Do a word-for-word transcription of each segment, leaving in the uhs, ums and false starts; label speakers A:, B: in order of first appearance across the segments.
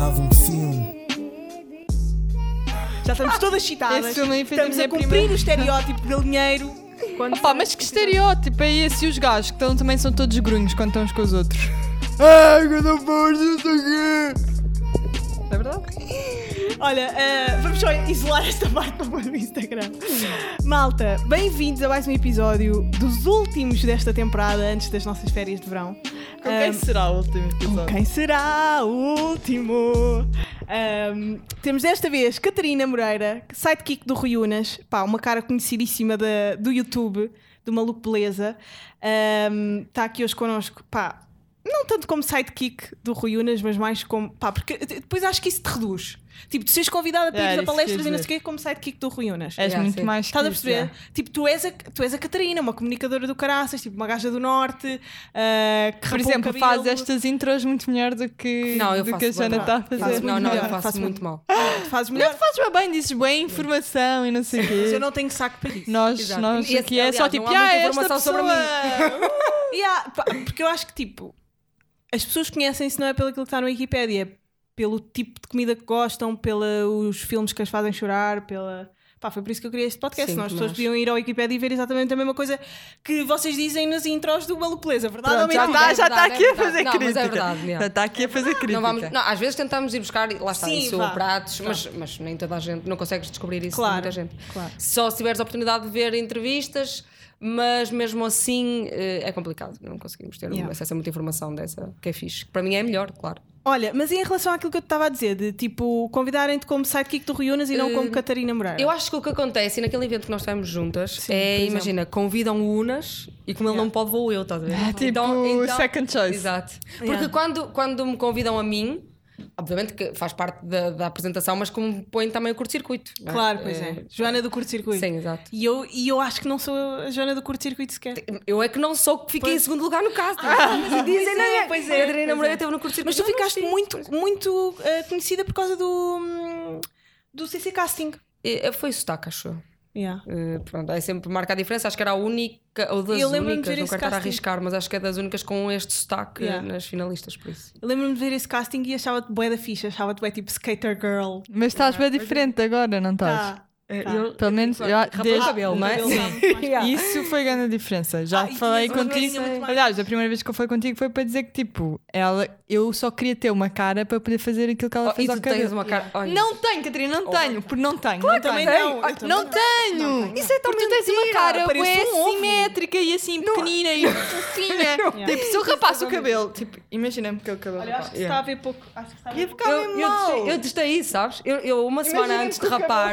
A: imaginava um filme.
B: Já estamos todas citadas.
C: Esse filme aí fez
B: Estamos
C: a
B: a
C: minha
B: cumprir
C: primeira-
B: o estereótipo de galinheiro. Quando
C: Opa, mas que estereótipo é esse? E os gajos que estão, também são todos grunhos quando estão uns com os outros. Ai, que não pode, não sei o quê. É verdade?
B: Olha, uh, vamos só isolar esta parte para pôr no Instagram. Malta, bem-vindos a mais um episódio dos últimos desta temporada, antes das nossas férias de verão.
C: Com quem
B: Um,
C: será o último episódio?
B: Quem será o último? Um, temos desta vez Catarina Moreira, sidekick do Rui Unas, pá, uma cara conhecidíssima da, do YouTube, do Maluco Beleza. Um, está aqui hoje connosco, pá, não tanto como sidekick do Rui Unas, mas mais como, pá, porque depois acho que isso te reduz. Tipo, tu seres convidada para
C: É,
B: ir a
C: isso
B: palestras
C: quer
B: e não
C: dizer.
B: sei o quê, como sidekick do Rui Unas.
C: És
D: Yeah,
C: muito
D: sim.
C: mais
B: Estás a
C: que isso,
B: perceber?
C: já.
B: Tipo, tu és, a, tu és a Catarina, uma comunicadora do caraças, tipo, uma gaja do norte, uh, que
C: Por
B: rapou o
C: exemplo,
B: cabelo.
C: faz estas intros muito melhor do que,
D: Não, eu
C: do
D: faço
C: que a
D: bem
C: Jana
D: mal.
C: está a fazer.
D: Faço- não, não, eu
B: melhor,
D: faço,
B: faço
D: muito mal.
B: Tu fazes melhor.
C: Não, fazes bem, dizes bem, informação e não sei o
B: Mas eu
C: quê.
B: não tenho saco para isso.
C: Nós,
D: Exato.
C: nós
D: E,
C: aqui é só
D: aliás,
C: tipo,
D: não há
C: ah,
D: muita
C: esta
D: informação sobre
C: pessoa.
B: Yeah, pá, porque eu acho que, tipo, as pessoas conhecem-se não é pelo aquilo que está na Wikipédia, é pelo tipo de comida que gostam, pelos filmes que as fazem chorar, pela... Pá, foi por isso que eu criei este podcast,
D: Sim,
B: senão as
D: mas-
B: pessoas podiam ir ao Wikipédia e ver exatamente a mesma coisa que vocês dizem nas intros do Maluco Beleza, verdade ou
C: Pronto, já
B: mentira?
C: está já tá
D: verdade,
C: aqui
D: é
C: a fazer
D: verdade. Não, mas
C: crítica.
D: é verdade, yeah.
C: Já está aqui a fazer crítica.
D: Não vamos, não, às vezes tentamos ir buscar, lá está,
B: Sim,
D: isso,
B: vá.
D: pratos, mas, mas nem toda a gente, não consegues descobrir isso
B: Claro,
D: de muita gente.
B: claro.
D: Só se tiveres a oportunidade de ver entrevistas, mas mesmo assim eh, é complicado, não conseguimos ter
B: Yeah.
D: acesso a muita informação dessa, que é fixe. Para mim é melhor, claro.
B: Olha, mas em relação àquilo que eu te estava a dizer, de tipo, convidarem-te como sidekick do Rui Unas e não como
D: Uh,
B: Catarina Moreira.
D: Eu acho que o que acontece, e naquele evento que nós estivemos juntas,
B: Sim,
D: é,
B: por exemplo.
D: imagina, convidam o Unas e como ele
B: Yeah.
D: não pode, vou eu, estás a ver?
C: É tipo second choice.
D: Exato. Porque
B: Yeah.
D: quando, quando me convidam a mim, obviamente que faz parte da, da apresentação, mas como põe também o curto-circuito. não é?
B: Claro, pois é. Joana do curto-circuito.
D: Sim, exato.
B: E eu, e eu acho que não sou a Joana do curto-circuito sequer.
D: Eu é que não sou que fiquei
B: Pois.
D: em segundo lugar no caso.
B: Ah,
D: mas dizem,
B: pois
D: não
B: é,
D: é?
B: pois é,
D: A Catarina
B: pois
D: Moreira
B: é.
D: esteve no curto-circuito.
B: Mas tu
D: Não,
B: ficaste
D: sim,
B: muito,
D: pois.
B: muito eh, conhecida por causa do, hum, do C C Casting.
D: É, Foi sotaque, acho eu.
B: Yeah.
D: Uh, pronto, é sempre marca a diferença. Acho que era a única, ou das
B: Eu lembro-me de
D: únicas,
B: ver
D: não
B: esse
D: quero estar a
B: casting.
D: arriscar, mas acho que é das únicas com este sotaque
B: Yeah.
D: nas finalistas, por isso.
B: Eu lembro-me de ver esse casting e achava-te bué da ficha, achava-te bué tipo skater girl.
C: Mas estás bem diferente agora, não estás?
B: Tá. Tá.
D: Eu-
C: Pelo menos eu,
D: Rapou o
C: desde...
D: cabelo, não é?
B: cabelo
D: Sim.
B: não, mais-
D: Yeah.
C: Isso foi grande diferença. Já
B: Ah, e
C: falei
B: tinhas uma
C: contigo.
B: carinha muito mais-
C: Aliás, a primeira vez que eu falei contigo foi para dizer que, tipo, ela, eu só queria ter uma cara para poder fazer aquilo que ela
D: Oh,
C: fez
D: e
C: ao
D: tu tens
C: cabelo.
D: uma cara. Olha,
C: Não tenho, Catarina, não tenho. Porque não tenho. não
B: também
C: tenho.
B: não, eu
C: Ai,
B: também
C: não
B: não.
C: tenho.
B: Não tenho.
C: Isso é tão
B: Porque tu
C: mentira.
B: tens uma cara,
C: bué
B: parece um ovo.
C: simétrica e assim pequenina e fofinha. Tipo, se eu rapasse o cabelo, tipo, imagina-me que o cabelo.
B: Olha, eu acho que se está a ver pouco. Acho que se está a ver
C: Ia
B: pouco.
C: ficar
D: eu,
C: bem
D: eu,
C: mal.
D: testei, eu testei isso, sabes? Eu, eu uma semana
C: Imagina
D: antes
C: que
D: de
C: o
D: rapar.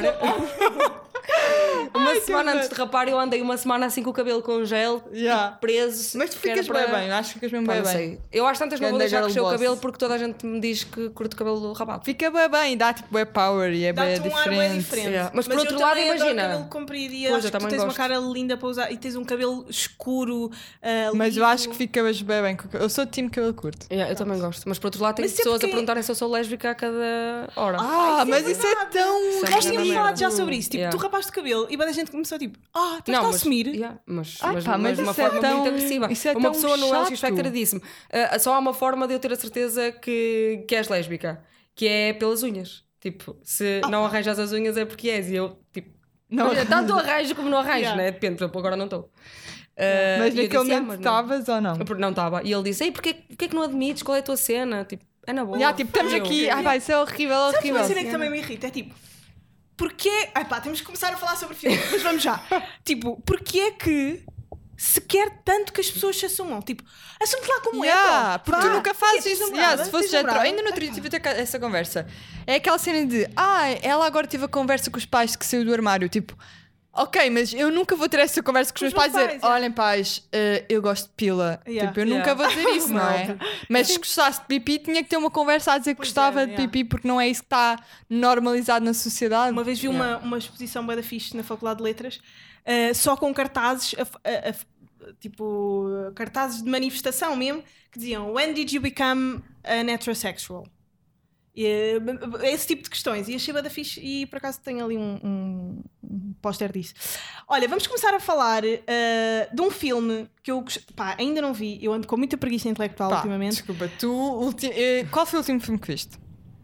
D: Uma semana
C: que
D: antes de rapar, eu andei uma semana assim com o cabelo com gel,
C: Yeah.
D: tipo, preso.
C: Mas tu
D: que era
C: ficas bem
D: para-
C: bem, acho que ficas mesmo
D: Pá,
C: bem
D: não
C: bem.
D: sei. Eu às tantas não vou
C: Ganda
D: deixar
C: girl
D: crescer o
C: boss.
D: cabelo porque toda a gente me diz que curto o cabelo rapado.
C: Fica bem bem, dá tipo bem power e é bem
B: Dá-te um ar bem
C: diferente.
B: diferente.
D: Yeah. Mas por
B: eu
D: outro lado,
B: também adoro
D: imagina.
B: cabelo comprido e
D: Pois,
B: acho
D: eu
B: que tu
D: também
B: tens uma
D: gosto.
B: cara linda para usar e tens um cabelo escuro. ah,
C: Mas eu
B: liso.
C: acho que ficas bem bem. com o cabelo. Eu sou de time cabelo curto.
D: Yeah, eu também gosto. Mas por outro lado, tem
B: Mas sempre
D: pessoas
B: que-
D: a perguntarem se eu sou lésbica a cada hora.
C: Ah, mas isso é tão.
D: Isso é
B: Nós
D: grande
B: tínhamos
D: merda.
B: falado já sobre isso. Tipo,
D: Yeah.
B: tu rapaste o cabelo e a gente começou tipo, ah, estás a
D: mas,
B: assumir.
D: yeah, mas,
C: Ai,
D: mas,
C: pá, mas
D: mas de uma
C: isso é
D: forma
C: tão-
D: muito agressiva.
C: isso é
D: uma
C: tão
D: pessoa no L G
C: chato.
D: Spectre disse-me: "Ah, só há uma forma de eu ter a certeza que, que és lésbica, que é pelas unhas. Tipo, se não arranjas as unhas é porque és. E eu, tipo,
C: Não,
D: olha, tanto arranjo como não arranjo,
B: Yeah.
D: né? Depende, por exemplo, agora não estou.
C: mas naquele momento estavas ou não?
D: Não estava. E ele disse: Ei, porquê, porquê que não admites? Qual é a tua cena? Tipo, é na boa.
C: Já, tipo, estamos
D: Eu-
C: aqui. Ai, pá, isso é horrível,
B: Sabes
C: horrível.
B: uma cena que também me irrita? É tipo, porquê. Ai pá, temos que começar a falar sobre filmes, mas vamos já. Tipo, porquê é que se quer tanto que as pessoas se assumam? Tipo, assume-te lá como
C: Yeah,
B: é.
C: porque tu nunca fazes
B: tens
C: isso.
B: namorada?
C: Yeah, se fosse
B: Tens
C: já
B: namorada?
C: ainda no outro dia tive até essa conversa. É aquela cena de ah, ela agora teve a conversa com os pais de que saiu do armário. Tipo, ok, mas eu nunca vou ter essa conversa com os
B: Com
C: meus
B: os
C: pais e
B: meus
C: dizer:
B: pais, é.
C: olhem, pais, eh, eu gosto de pila.
B: Yeah.
C: Tipo, eu
D: Yeah.
C: nunca vou dizer isso, não é? Mas se gostasse de pipi, tinha que ter uma conversa a dizer que
B: Pois
C: gostava
B: é,
C: de
B: yeah.
C: pipi, porque não é isso que está normalizado na sociedade.
B: Uma vez vi uma, uma exposição bué da fixe na Faculdade de Letras, uh, só com cartazes, a- a- a- tipo, cartazes de manifestação mesmo, que diziam When did you become an heterosexual? E, uh, esse tipo de questões. E achei bué da fixe e por acaso tenho ali um, um, um póster disso. Olha, vamos começar a falar uh, de um filme que eu gost- pá, ainda não vi. Eu ando com muita preguiça intelectual
C: Pá,
B: ultimamente.
C: desculpa, tu. ulti- eh, Qual foi o último filme que viste?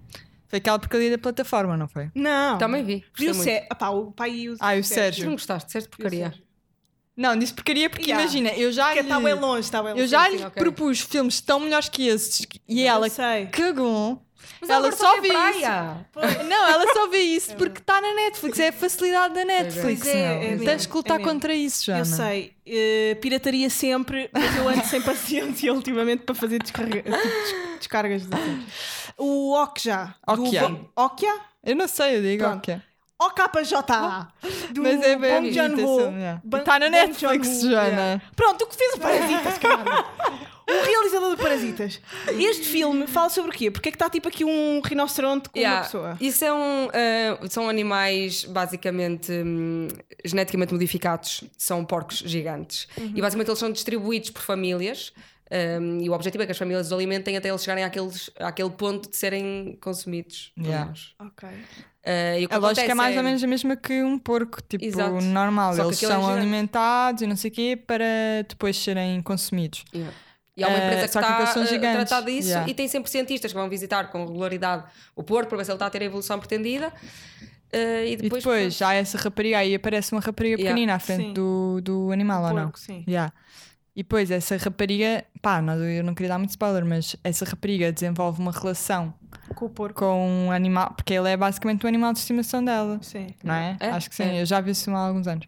C: Foi aquela porcaria da plataforma, não foi?
B: Não.
D: Também vi.
B: Vi o,
D: gostei muito.
B: Sé... Epá, o pai e o
C: Ah, e o
D: Tu
C: Sérgio.
D: não gostaste, disseste porcaria.
C: Não, disse porcaria porque
B: Yeah.
C: imagina, eu já
B: Porque
C: lhe,
B: está bem longe, está bem longe.
C: eu já
D: sim,
C: lhe
D: ok.
C: propus filmes tão melhores que esses e ela
B: Eu sei.
C: cagou.
D: Mas
C: ela
D: agora
C: só
D: tem
C: vê isso.
D: praia.
C: Não, ela só vê isso porque está na Netflix. É a facilidade da Netflix.
B: Pois é,
C: meu.
B: é mesmo,
C: Tens que lutar
B: é mesmo.
C: contra isso, já.
B: Eu sei, eh, pirataria sempre, mas eu ando sem paciência ultimamente para fazer descarga, tipo, des- descargas de filmes. O Okja. do
C: Okja.
B: Bo- Okja?
C: Eu não sei, eu digo
B: Pronto.
C: o que é.
B: O K J A. Do
C: Mas é bem
B: Bong Joon-ho.
C: Está na
B: Bong
C: Netflix,
B: Joon-ho,
C: Joana.
B: yeah. Pronto, o que fez o Parasitas, caralho. O realizador do Parasitas. Este filme fala sobre o quê? Porque é que está tipo aqui um rinoceronte com
D: Yeah,
B: uma pessoa?
D: Isso é um, uh, são animais basicamente hum, geneticamente modificados, são porcos gigantes.
B: Uhum.
D: E basicamente eles são distribuídos por famílias. Um, e o objetivo é que as famílias os alimentem até eles chegarem àqueles, àquele ponto de serem consumidos por
C: Yeah.
D: nós.
B: Ok.
D: Uh, e o que
C: A lógica
D: acontece
C: é mais ou menos a mesma que um porco, tipo,
D: Exato.
C: normal.
D: Só que
C: Eles
D: aquele é
C: são
D: gigante.
C: alimentados e não sei o quê para depois serem consumidos.
D: Yeah. E há uma
C: Eh,
D: empresa que
C: só que
D: está
C: aqueles são
D: a
C: gigantes.
D: tratar disso
C: Yeah.
D: e tem sempre cientistas que vão visitar com regularidade o porco para ver se ele está a ter a evolução pretendida. Uh, e
C: E
D: depois,
C: depois há essa rapariga aí, aparece uma rapariga
D: Yeah.
C: pequenina à frente
B: Sim.
C: do, do animal, ou não?
B: Porco, sim.
C: Yeah. E depois essa rapariga, pá, não, eu não queria dar muito spoiler, mas essa rapariga desenvolve uma relação
B: Com o porco.
C: com um animal, porque ele é basicamente o animal de estimação dela,
B: Sim.
C: não é?
D: É?
C: Acho que sim,
D: É.
C: eu já vi isso há alguns anos.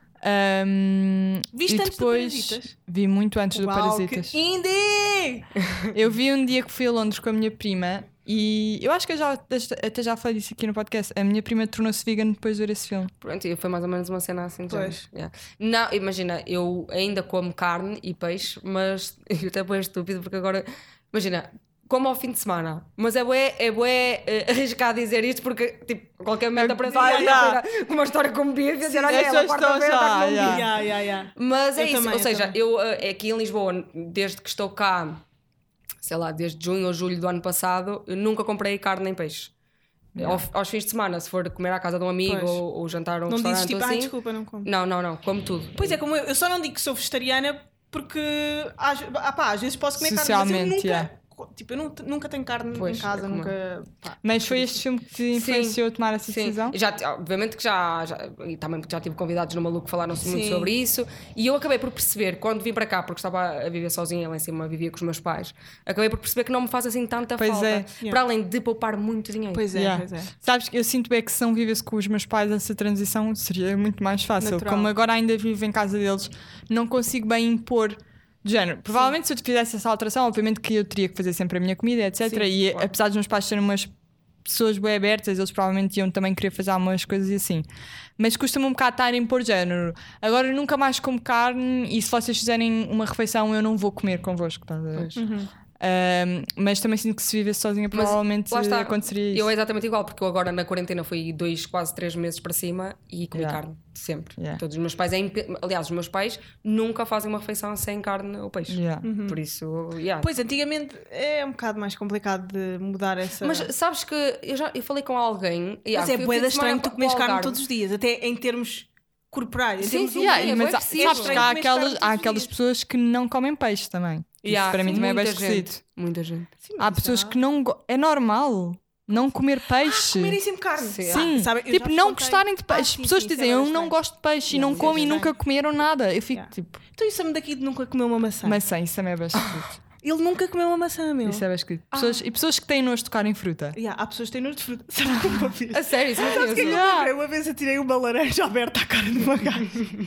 C: Ahm,
B: Viste
C: e
B: antes do
C: depois
B: Parasitas?
C: vi muito antes do
B: Uau,
C: Parasitas.
B: que indie!
C: Eu vi um dia que fui a Londres com a minha prima e eu acho que eu já, até já falei disso aqui no podcast. A minha prima tornou-se vegan depois de ver esse filme.
D: Pronto, e foi mais ou menos uma cena assim. de
B: Pois.
D: género. Yeah. Não, imagina, eu ainda como carne e peixe, mas eu até foi estúpido porque agora, imagina, como ao fim de semana, mas é bué, é bué eh, arriscado dizer isto porque, tipo, qualquer momento aparece
C: Yeah,
D: alguém
C: yeah.
D: a feira com uma história com bife e dizer, olha,
C: as
D: ela
C: pessoas
D: quarta-feira
C: estão
D: está
C: já,
D: com um
C: yeah.
D: bife.
B: Yeah, yeah, yeah.
D: Mas é
B: Eu
D: isso,
B: também,
D: ou
B: eu
D: seja,
B: também.
D: eu eh, aqui em Lisboa, desde que estou cá, sei lá, desde junho ou julho do ano passado, eu nunca comprei carne nem peixe. Ao- aos fins de semana, se for comer à casa de um amigo
B: Pois.
D: ou, ou jantar a um
B: Não dizes
D: restaurante
B: tipo,
D: ou
B: ah,
D: assim,
B: desculpa, não como.
D: não, não, não, como tudo.
B: Pois é, como eu, eu só não digo que sou vegetariana porque às, ah, pá, às vezes posso comer carne, mas eu
C: Socialmente,
B: nunca,
C: yeah.
B: tipo, eu nunca, nunca tenho carne
D: Pois,
B: em casa,
D: é como
B: nunca. Pá.
C: Mas foi este filme que te influenciou a tomar essa
D: Sim,
C: decisão?
D: já, obviamente que já, já e também já tive convidados no Maluco que falaram-se muito
B: Sim.
D: sobre isso e eu acabei por perceber, quando vim para cá, porque estava a viver sozinha lá em cima, vivia com os meus pais, acabei por perceber que não me faz assim tanta
C: Pois
D: falta,
C: é.
B: Yeah.
D: para além de poupar muito dinheiro.
B: Pois é,
C: Yeah.
B: pois é.
C: Sabes que eu sinto bem que se não vivesse com os meus pais essa transição seria muito mais fácil.
B: Natural.
C: Como agora ainda vivo em casa deles, não consigo bem impor de género. Provavelmente se eu fizesse essa alteração, obviamente que eu teria que fazer sempre a minha comida, etcétera.
B: Sim,
C: e
D: claro.
C: apesar dos meus pais serem umas pessoas bem abertas, eles provavelmente iam também querer fazer algumas coisas e assim. Mas custa-me um bocado estar a impor género. Agora eu nunca mais como carne e se vocês fizerem uma refeição eu não vou comer convosco. Estás a ver?
D: Pois.
B: Uhum.
C: Um, mas também sinto que se vivesse sozinha
D: Mas
C: provavelmente
D: lá está.
C: aconteceria isso.
D: Eu é exatamente igual, porque eu agora na quarentena fui dois, quase três meses para cima e comi
C: Yeah.
D: carne, sempre.
C: Yeah.
D: Todos os meus pais, é impe... aliás, os meus pais nunca fazem uma refeição sem carne ou peixe.
C: Yeah.
D: Por isso, yeah.
B: Pois, antigamente é um bocado mais complicado de mudar essa.
D: Mas sabes que eu já eu falei com alguém. yeah,
B: Mas é
D: fui o
B: bué
D: fim
B: da
D: de semana
B: estranho tu
D: para o
B: comes carne
D: Algarve.
B: todos os dias, até em termos corporais. Em
D: Sim,
B: termos
D: sim,
B: de-
C: Yeah,
D: é
C: mas
D: bué
C: há-
D: preciso.
C: sabes que há
B: Comer carne
C: aquelas,
B: todos
C: há
B: os
C: aquelas
B: dias.
C: pessoas que não comem peixe também. Isso
D: Yeah,
C: para mim
D: sim,
C: também é bem
D: muita
C: esquisito.
D: gente, Muita gente.
B: Sim, mas
C: Há pessoas
B: há-
C: que não. go- É normal não comer peixe.
B: comerem sempre carne.
D: Sim.
C: Sim,
B: Ah, sabe, eu
C: tipo,
B: já
C: não
B: contei-
C: gostarem de
B: Ah,
C: peixe. As
B: sim,
C: pessoas
B: sim,
C: dizem,
B: isso é
C: eu
B: bué
C: não
B: estranho.
C: gosto de peixe e
B: Yeah,
C: não
B: isso é
C: como e
B: estranho.
C: nunca comeram nada. Eu fico
B: Yeah.
C: tipo,
B: Então isso me daqui de nunca comeu uma maçã.
C: maçã, isso também é bem esquisito.
B: Ele nunca comeu uma maçã, meu.
C: Isso é bem esquisito. Pessoas, E pessoas que têm nojo de tocar em fruta.
B: Yeah, há pessoas que têm nojo de fruta. Sabe o que eu fiz?
D: A sério, isso não
B: Sabes o que é que
D: conheço.
B: eu
C: Yeah.
B: comprei? Uma vez eu tirei uma laranja aberta à cara de uma gaja.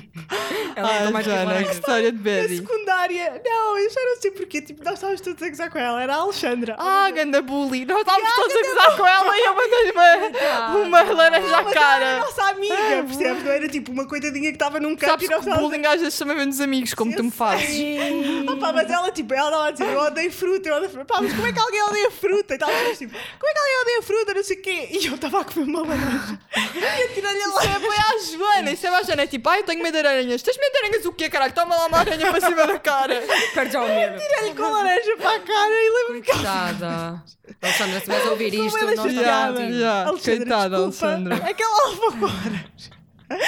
D: Ela
C: Ah,
D: nunca mais
C: Joana,
D: quis
C: que
D: laranja.
C: história de
B: Na
C: Betty.
B: secundária. Não, eu já não sei porquê. Tipo, nós estávamos todos a gozar com ela. Era a Alexandra.
C: Ah, ganda bully. Nós estávamos todos a gozar com ela e eu mandei-lhe uma, uma laranja à
B: Mas ela era a
C: cara.
B: nossa amiga, percebes? Não era tipo uma coitadinha que estava num canto
C: Sabes
B: e
C: que
B: nós estávamos
C: bullying às vezes também vem dos amigos, como tu me fazes.
B: Opa, mas ela, tipo, ela estava a dizer, eu odeio fruta, eu odeio fruta. Pá, mas como é que alguém odeia fruta? E tal, tipo, como é que alguém odeia fruta? Não sei o quê. E eu estava a comer uma laranja. E eu tirei-lhe a
C: Isso é
B: laranja.
C: bem à Joana, isso é bem à Joana. É tipo, ai, eu tenho medo de aranhas. Tens medo de aranhas o quê, caralho? Toma lá uma aranha para cima da cara.
D: Perde já o medo.
B: Tirei-lhe com a laranja para a cara e lembro-me que ela
D: Coitada. Alexandra, se vais a ouvir isto,
B: ela
D: nós
B: chateada.
C: Yeah,
D: estamos
C: yeah.
B: Alexandra,
C: Coitada,
B: desculpa.
C: Alexandra.
B: Aquela alfa com a laranja.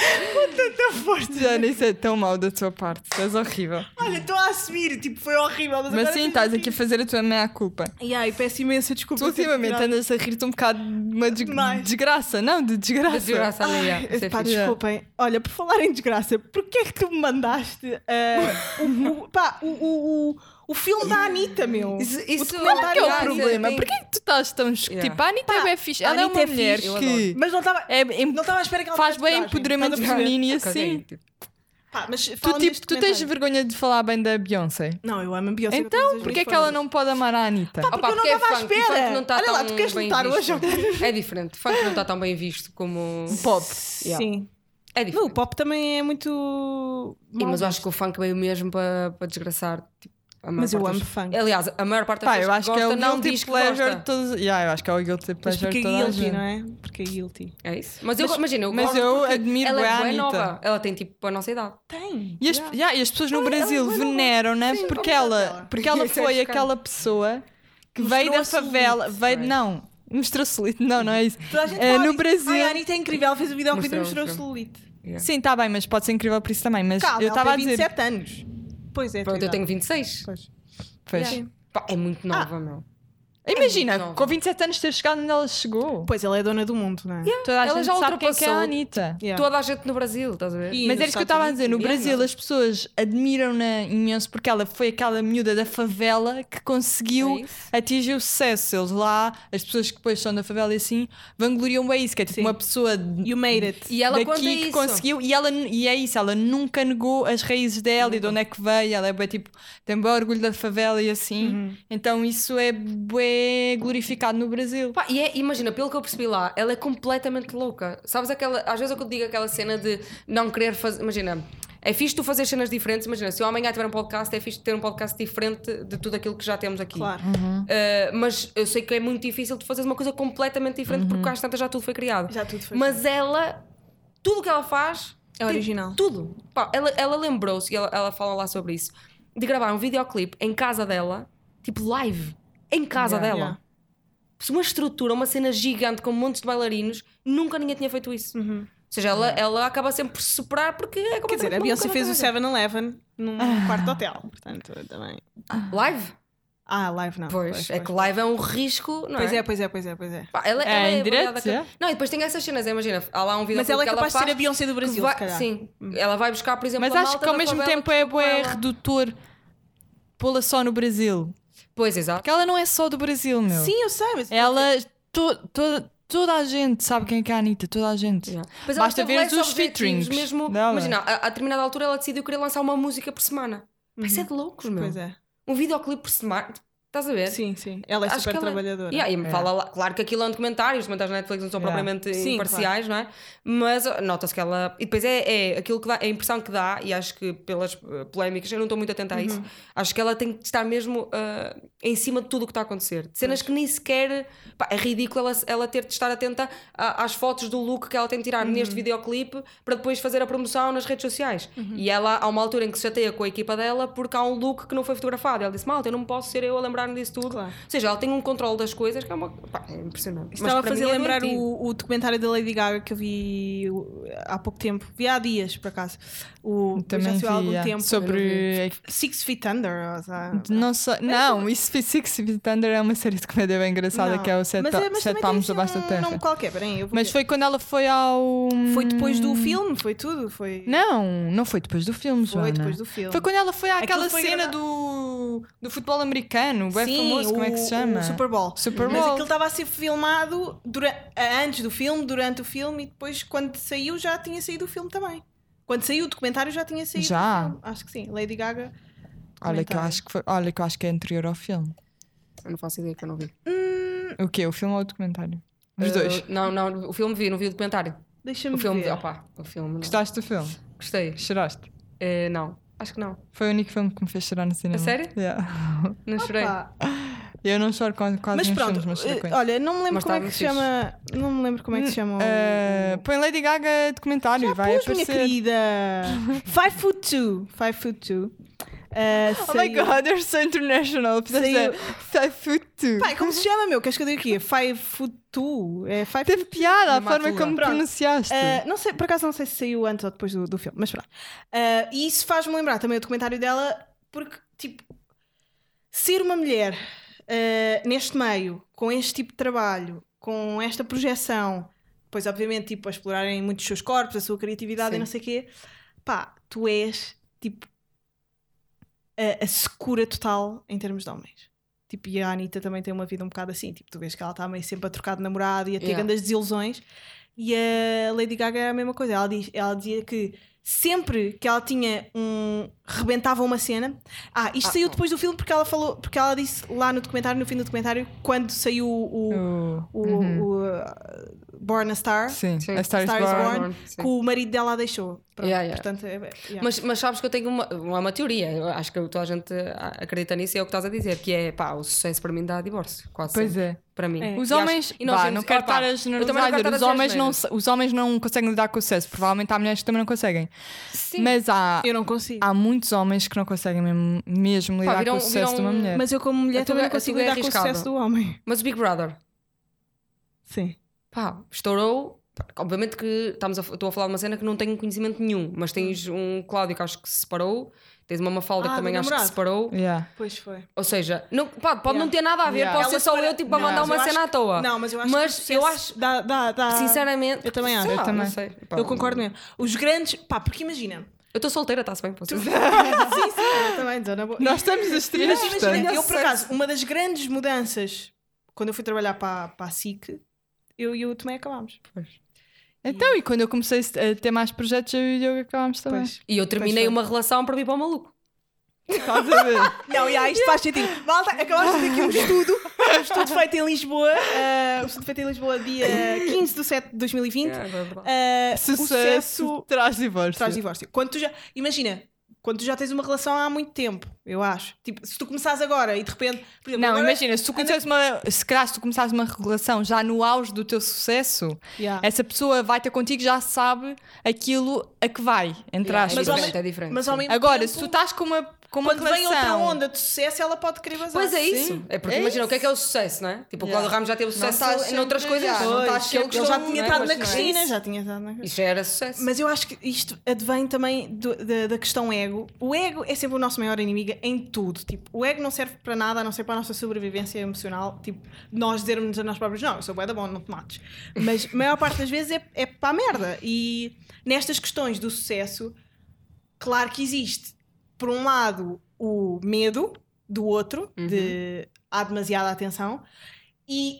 B: tanta força.
C: Já nem sei, é tão mal da tua parte. És horrível.
B: Olha, estou a assumir, tipo, foi horrível. Mas,
C: Mas
B: agora
C: sim,
B: fiz
C: estás
B: assim.
C: aqui a fazer a tua meia-culpa.
B: E aí, peço imensa desculpa.
C: Tu ultimamente
B: ter tirado.
C: andas a rir-te um bocado de uma des-
B: Demais.
C: desgraça. Não, de desgraça.
D: Desgraça ali,
B: Ai,
D: é.
B: pá,
D: Isso é
B: desculpem. Olha, por falar em desgraça, porquê é que tu me mandaste ah, o, o, pá, o, o, o, o filme da Anitta, meu?
D: Isso-
B: o
D: isso-
B: documentário
C: Que é
B: da
C: o
D: Ah,
B: Anitta.
C: problema?
D: tem-
C: Porquê é que tu estás tão.
D: Yeah.
C: Tipo, a Anitta
B: Pá,
C: é fixe.
B: a
C: Ela é
B: Anitta
C: uma
B: é
C: mulher
B: fixe,
D: eu
C: que.
B: Mas não estava
C: É, em-
B: não estava à espera que ela
C: faz
B: tivesse
C: bem
B: coragem.
C: empoderamento
B: Estás a perceber?
C: feminino e
D: Caguei,
C: assim.
D: tipo,
B: Pá, mas
C: Tu,
B: fala-me
C: tipo,
B: deste
C: tu tens
B: documentário.
C: vergonha de falar bem da Beyoncé.
B: Não, eu amo a Beyoncé. com todas
C: Então,
B: as
C: porquê é
B: minhas
C: que ela
B: forças.
C: não pode amar a Anitta?
B: Pá, porque eu não
D: porque é
B: estava à
D: funk, e
B: espera.
D: funk não tá
B: Olha lá,
D: tão
B: tu queres
D: bem
B: lutar
D: visto.
B: hoje?
D: É diferente. Funk não está tão bem visto como.
C: Pop.
D: Yeah.
B: Sim.
D: É
B: Não,
D: diferente.
B: o pop também é muito.
D: Sim, mas eu acho que o funk veio mesmo para, para desgraçar. Tipo, a maior
B: Mas eu
D: parte
B: amo
D: das-
B: funk.
D: Aliás, a maior parte das
C: Pá, eu
D: pessoas
C: acho
D: que
C: que é
D: gosta
C: o
D: não
C: guilty
D: diz que
C: pleasure
D: gosta.
C: de todos. Yeah, eu acho que é o guilty
B: Mas
C: pleasure
B: porque é
C: de toda a
B: guilty,
C: gente.
B: não é? Porque é guilty.
D: É isso. Mas, eu, imagina, eu
C: mas
D: gosto
C: eu
D: porque
C: admiro
D: ela
C: bué
D: é
C: a
D: bué
C: Anitta.
D: nova. Ela tem tipo a nossa idade.
B: Tem.
C: E as,
D: Yeah.
C: yeah, e as pessoas no
B: Ela- ela
C: Brasil
B: é nova.
C: veneram, né?
B: Sim,
C: Porque
B: como é
C: ela,
B: dela.
C: porque ela
D: Isso é
C: foi
D: chocante.
C: aquela pessoa que
B: Mostrou
C: veio da
B: a celulite,
C: favela. Veio,
D: foi.
C: não, mostrou celulite. Não, não é isso.
B: Toda a gente
C: É,
B: fala
C: no
B: disso.
C: Brasil.
B: Ai, a Anitta é incrível, ela fez o videoclipe e
D: Mostrou,
B: mostrou
D: mostrou.
B: celulite.
D: Yeah.
C: Sim, está bem, mas pode ser incrível por isso também. Mas
B: Calma,
C: eu
B: ela
C: estava a
B: tem
C: dizer.
B: vinte e sete anos. Pois é, a tua
D: Pronto, eu
B: idade.
D: tenho vinte e seis.
B: Pois.
C: Pois.
B: Yeah.
D: Pá, é muito nova, meu.
C: Imagina,
D: muito nova.
C: com vinte e sete anos ter chegado onde ela chegou.
B: Pois, ela é dona do mundo, não é?
C: Toda a
D: Ela
C: gente
D: já
C: sabe quem é que é a
D: ultrapassou.
C: Anitta.
B: Yeah.
D: Toda a gente no Brasil, estás a ver?
B: E
C: Mas
B: nos
C: era isso que eu
B: Estados
C: estava a dizer. No
B: Unidos,
C: Brasil,
B: yeah.
C: as pessoas admiram-na imenso porque ela foi aquela miúda da favela que conseguiu
D: É isso.
C: atingir o sucesso. Eles lá, as pessoas que depois são da favela e assim, vangloriam bem isso. Que é tipo
B: Sim.
C: uma pessoa de-
B: You made it.
D: E ela conta
C: daqui que
D: isso.
C: conseguiu. E, ela, e é isso, ela nunca negou as raízes dela e de onde é que veio. Ela é bem, tipo, tem bem orgulho da favela e assim.
B: Uhum.
C: Então isso é bem glorificado no Brasil.
D: Pá, e é, imagina, pelo que eu percebi lá, ela é completamente louca. Sabes aquela. Às vezes eu digo aquela cena de não querer fazer. Imagina, é fixe tu fazer cenas diferentes. Imagina, se eu amanhã tiver um podcast, é fixe ter um podcast diferente de tudo aquilo que já temos aqui.
B: Claro.
C: Uhum.
D: Uh, mas eu sei que é muito difícil de fazer uma coisa completamente diferente porque às tantas já tudo foi criado.
B: Já tudo foi
D: Mas ela, tudo o que ela faz
B: É
D: tem
B: original.
D: Tudo. Pá, ela ela lembrou-se, e ela, ela fala lá sobre isso, de gravar um videoclipe em casa dela, tipo live, em casa
C: Yeah,
D: dela.
B: yeah.
D: Uma estrutura, uma cena gigante com montes de bailarinos, nunca ninguém tinha feito isso.
B: Uhum.
D: Ou seja, ela, ela acaba sempre por se superar porque é
B: Quer dizer, a Beyoncé fez o seven eleven num quarto de hotel. Portanto, também.
D: live?
B: Ah, live não.
D: Pois, é que live é um risco, não
B: Pois
D: é?
B: é, pois é, pois é, pois é.
D: Pá, ela,
C: É,
D: ela
C: em
D: é
C: direto,
D: variada que-
C: é?
D: Não, e depois tem essas cenas, imagina, há lá um vídeo
B: Mas ela é
D: que
B: capaz de
D: faz
B: ser a Beyoncé do
D: que
B: Brasil,
D: vai-
B: se calhar.
D: Sim, ela vai buscar, por exemplo,
C: Mas
D: a
C: acho
D: malta
C: que ao
D: da
C: mesmo
D: favela
C: tempo
D: que
C: é
D: ficou com
C: bué
D: ela.
C: redutor pô-la só no Brasil.
D: Pois, exato.
C: Porque ela não é só do Brasil, meu.
B: Sim, eu sei, mas.
C: Ela, to, to, toda a gente sabe quem é que é a Anitta, toda a gente.
D: Yeah. Mas ela
C: Basta
D: teve
C: ver
D: esses
C: os
D: objetivos
C: featurings
D: mesmo.
C: dela.
D: Imagina, a, a determinada altura ela decidiu querer lançar uma música por semana. Uhum. Isso é de loucos, meu.
B: Pois é.
D: Um videoclipe por semana. Estás a ver?
B: Sim, sim. Ela é
D: Acho
B: super
D: que ela-
B: trabalhadora.
D: Yeah, e me
C: É.
D: fala lá, claro que aquilo é um documentário, os documentários da Netflix não são
C: Yeah.
D: propriamente
B: Sim,
D: imparciais, não é? Mas uh, nota-se que ela. E depois é, é aquilo que dá, a impressão que dá, e acho que pelas uh, polémicas, eu não estou muito atenta a isso, acho que ela tem que estar mesmo uh, em cima de tudo o que está a acontecer. De cenas que nem sequer. Pá, é ridículo ela, ela ter de estar atenta a- às fotos do look que ela tem de tirar neste videoclipe para depois fazer a promoção nas redes sociais. E ela, há uma altura em que se chateia com a equipa dela porque há um look que não foi fotografado. Ela disse: malta, eu não posso ser eu a lembrar-me disso tudo.
B: Claro.
D: Ou seja, ela tem um controle das coisas que é, uma, pá, é impressionante. Mas
B: Estava a
D: para
B: fazer
D: mim é
B: lembrar
D: doentio.
B: o, o documentário da Lady Gaga que eu vi uh, há pouco tempo. Vi há dias, por acaso. O,
C: Também
B: já saiu há algum
C: vi, yeah.
B: tempo.
C: sobre...
B: Six Feet Under. Ou seja,
C: Não, sei, não, isso Six Feet Under é uma série de comédia bem engraçada
B: não.
C: que é o Sete,
B: Mas é- mas
C: Sete
B: também
C: Palmos
B: tem
C: Abaixo da
B: assim
C: Terra.
B: um nome qualquer, peraí, eu vou
C: Mas
B: ver.
C: foi quando ela foi ao...
B: Foi depois do filme, foi tudo. Foi,
C: Não, não foi depois do filme,
B: foi
C: Joana.
B: depois do filme.
C: Foi quando ela foi àquela
B: Aquilo foi
C: cena
B: gravado-
C: do, do futebol americano, bem
B: Sim,
C: famoso, como é que se
B: o-
C: chama?
B: O Super Bowl.
C: Super
B: Mas
C: Bowl.
B: aquilo estava a ser filmado dura- antes do filme, durante o filme, e depois, quando saiu, já tinha saído o filme também. Quando saiu o documentário, já tinha saído.
C: Já?
B: o filme. Acho que sim. Lady Gaga.
C: Olha que, eu
B: documentário.
C: acho que foi, olha que eu acho que é anterior ao filme.
D: Eu não faço ideia que eu não vi.
C: O quê? O filme ou o documentário? Os
D: Uh,
C: dois.
D: Não, não, o filme vi, não vi o documentário.
B: Deixa-me
D: O filme
B: ver.
D: vi, opa, o filme. Não.
C: Gostaste do filme?
D: Gostei.
C: Choraste?
D: Uh, não, acho que não.
C: Foi o único filme que me fez chorar no cinema.
D: A sério?
C: Yeah.
D: Não chorei.
B: Pá,
C: Eu não choro com quase
B: mas
C: nos
B: pronto,
C: filmes, mas chorei com
B: eh,
C: isso.
B: olha, não me lembro
D: Mas
B: como é
D: tá
B: que se
D: muito
B: chama. Não me lembro como é que se chama. o-
C: Uh, põe Lady Gaga documentário e vai
B: Pois, minha
C: aparecer.
B: querida. Five foot two. Five foot two. Uh,
C: Oh my god, they're so international.
B: Saiu-
C: Five foot two.
B: Pai, como se chama, meu? Queres que eu diga aqui? Five foot two? É five
C: Teve piada a
D: Uma
C: forma
D: matura.
C: como
B: Pronto.
C: pronunciaste.
B: Uh, não sei, por acaso não sei se saiu antes ou depois do, do filme, mas pronto. Uh, e isso faz-me lembrar também o documentário dela, porque, tipo, ser uma mulher uh, neste meio, com este tipo de trabalho, com esta projeção, depois, obviamente, tipo, a explorarem muito os seus corpos, a sua criatividade
D: Sim.
B: e não sei o quê, pá, tu és, tipo, a, a secura total em termos de homens. Tipo, e a Anitta também tem uma vida um bocado assim. Tipo, tu vês que ela está meio sempre a trocar de namorado e a ter
D: Yeah.
B: grandes desilusões. E a Lady Gaga é a mesma coisa. Ela, diz, ela dizia que sempre que ela tinha um... rebentava uma cena... Ah, isto
D: Ah,
B: saiu
D: oh.
B: depois do filme porque ela falou... Porque ela disse lá no documentário, no fim do documentário, quando saiu o...
C: Oh,
B: o,
C: uhum.
B: o, uh, Born a Star,
C: Sim,
D: Sim.
C: a Star is
B: Star is
C: Born.
B: Born,
D: Sim.
B: que o marido dela a deixou. Pronto,
D: Yeah, yeah.
B: portanto, é, é, yeah.
D: Mas, mas sabes que eu tenho uma, uma, uma teoria, eu acho que toda a gente acredita nisso e é o que estás a dizer, que é pá, o sucesso para mim dá divórcio, quase
C: Pois
D: sempre,
C: é.
D: para mim.
B: É.
C: Os
D: E acho-
C: homens,
D: e nós
C: vá,
D: vemos-
C: não quero
D: opá,
C: estar a
D: eu também não
C: generalizar,
D: quero estar a
C: os
D: dizer
C: homens, não,
D: asneiras.
C: os homens não conseguem lidar com o sucesso. Provavelmente há mulheres que também não conseguem.
D: Sim.
C: Mas há,
B: Eu não consigo.
C: há muitos homens que não conseguem mesmo, mesmo lidar
D: viram-
C: com o sucesso
D: viram-
C: de uma mulher.
B: Mas eu, como mulher,
D: A tua
B: também
D: é-
B: não
D: a tua
B: consigo
D: é
B: lidar com o
D: arriscada.
B: sucesso do homem.
D: Mas o Big Brother,
B: Sim.
D: pá, estourou. Obviamente que estamos a, estou a falar de uma cena que não tenho conhecimento nenhum, mas tens um Cláudio que acho que se separou, tens uma Mafalda
B: Ah,
D: que também
B: do
D: acho que se
B: namorado.
D: separou.
C: Yeah.
B: Pois foi.
D: Ou seja, não, pá, pode
B: Yeah.
D: não ter nada a ver,
C: Yeah.
D: pode ser
B: Ela
D: só
B: para-
D: eu tipo, para
B: Não,
D: mandar
B: mas
D: uma
B: eu
D: cena
B: acho
D: à toa.
B: Não, mas eu acho
D: Mas
B: que o
D: eu
B: sucesso
D: acho-
B: dá, dá, dá...
D: Sinceramente,
B: eu também acho.
D: sei
C: Eu
D: lá,
C: também.
D: não sei. Pá,
B: Eu concordo mesmo. Os grandes... Pá, porque imagina...
D: Eu estou solteira, está-se bem. Posso dizer.
B: sim, sim, eu também estou na boa.
C: Nós estamos as três,
B: Mas imagina,
C: portanto.
B: eu por acaso, uma das grandes mudanças, quando eu fui trabalhar para, para a S I C, eu e o Tomé acabámos.
C: Então, e quando eu comecei a ter mais projetos, eu e o Diogo acabámos também.
B: Pois.
D: E eu terminei
B: Pois foi.
D: uma relação para vir para o maluco.
C: Estás a ver?
B: Não, já, isto faz sentido. Malta, acabaste de ter aqui um estudo, um estudo feito em Lisboa, uh, um estudo feito em Lisboa dia quinze de setembro de dois mil e vinte.
D: É, é verdade.
B: Uh,
C: Sucesso,
B: o sucesso
C: traz divórcio.
B: traz divórcio. Quando tu já, imagina, quando tu já tens uma relação há muito tempo, eu acho. Tipo, se tu começares agora e de repente. Por exemplo,
C: Não,
B: agora-
C: imagina, se tu conheces uma. Se calhar, se tu começares uma relação já no auge do teu sucesso,
B: Yeah.
C: essa pessoa vai ter contigo já sabe aquilo a que vai, entre
D: Yeah, é
C: aspas.
B: Mas ao
D: diferente,
B: me-
D: é diferente.
B: Mas ao
D: sim.
B: mesmo
C: Agora,
B: tempo,
C: se tu estás com uma, com uma
B: quando vem outra
C: relação.
B: onda de sucesso, ela pode querer vazar.
D: Pois é
C: Sim.
D: isso. É porque
C: É
D: imagina,
C: isso.
D: o que é que é o sucesso, não é? Tipo, o
C: Yeah.
D: Cláudio Ramos já teve
C: Não
D: sucesso
C: estás
D: em outras
C: sempre-
D: coisas.
C: já, não
B: Pois,
C: estás
D: que ele
C: sempre
B: ele já
C: com-
B: tinha
C: não é?
B: estado na
C: Mas não é
B: Cristina,
C: isso.
B: já tinha estado na Cristina.
D: Isso já era sucesso.
B: Mas eu acho que isto advém também do- da, da questão ego. O ego é sempre o nosso maior inimigo em tudo. Tipo, o ego não serve para nada a não ser para a nossa sobrevivência emocional. Tipo, nós dizermos a nós próprios: não, eu sou bué da bom, não te mates. Mas a maior parte das vezes é, é para a merda. E nestas questões do sucesso, claro que existe, por um lado, o medo do outro, de há demasiada atenção, e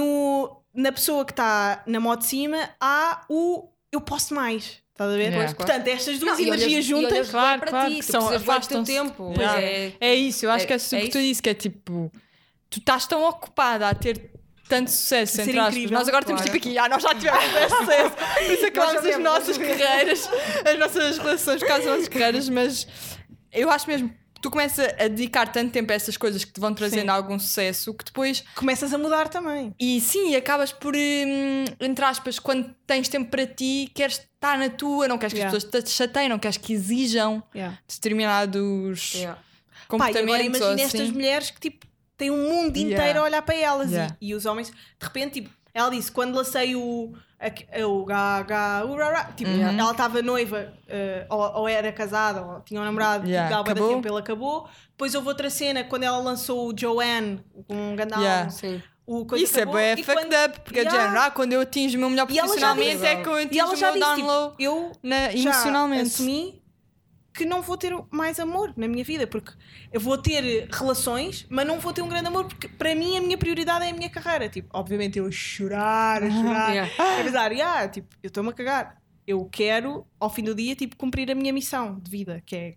B: no, na pessoa que está na moto de cima há o eu posso mais. Estás a ver?
C: Yeah.
B: Portanto, estas duas
D: Não, e olhas-
B: energias
D: e
B: juntas.
D: olhas
C: Claro,
D: para
C: claro,
D: ti,
C: que
D: tu
C: são-
D: precisas bué do teu
C: afastam-se.
D: tempo.
C: Yeah.
D: É,
C: É isso, eu acho
D: É-
C: que é isso
D: é
C: que tu
D: isso.
C: disse, que é tipo, tu estás tão ocupada a ter tanto sucesso,
B: Ser
C: entre aspas.
B: incrível,
C: Nós agora temos
D: claro.
C: tipo aqui, ah, nós já tivemos bastante sucesso, por isso acabamos as
D: sabemos.
C: nossas carreiras, as nossas relações por causa das nossas carreiras, mas eu acho mesmo que tu começas a dedicar tanto tempo a essas coisas que te vão trazendo
B: Sim.
C: algum sucesso, que depois,
B: Começas a mudar também.
C: e sim, acabas por, hum, entre aspas, quando tens tempo para ti, queres estar na tua, não queres que
B: Yeah.
C: as pessoas te chateiem, não queres que exijam
B: Yeah.
C: determinados
D: Yeah.
B: Pá, e
C: comportamentos.
B: agora imagina
C: ou
B: estas
C: assim.
B: mulheres que tipo têm um mundo
C: Yeah.
B: inteiro a olhar para elas. E-
C: Yeah.
B: E, os homens, de repente, tipo, ela disse: quando lacei o, a- o gaga, o rará, tipo,
C: Uhum.
B: ela estava noiva, eh, ou, ou era casada, ou tinha um namorado,
C: Yeah.
B: tipo, dá bué de
C: Acabou.
B: tempo, ele acabou. Depois houve outra cena quando ela lançou o Joanne, com um gandal.
C: Yeah.
D: Sim.
B: O coisa
C: Isso é
B: acabou,
C: bem
B: e
C: fucked
B: quando-
C: up, porque
B: Yeah.
C: é género, ah, quando eu atinjo o meu melhor
B: E ela já
C: profissionalmente
B: disse-
C: é que eu
B: E
C: atinjo
B: ela
C: o
B: já
C: meu
B: disse:
C: download
B: tipo, eu
C: na-
B: já
C: emocionalmente.
B: assumi que não vou ter mais amor na minha vida, porque eu vou ter relações, mas não vou ter um grande amor, porque para mim a minha prioridade é a minha carreira. Tipo, obviamente eu chorar, a chorar,
D: Yeah.
B: a pensar, yeah, tipo, eu estou-me a cagar. Eu quero, ao fim do dia, tipo, cumprir a minha missão de vida, que é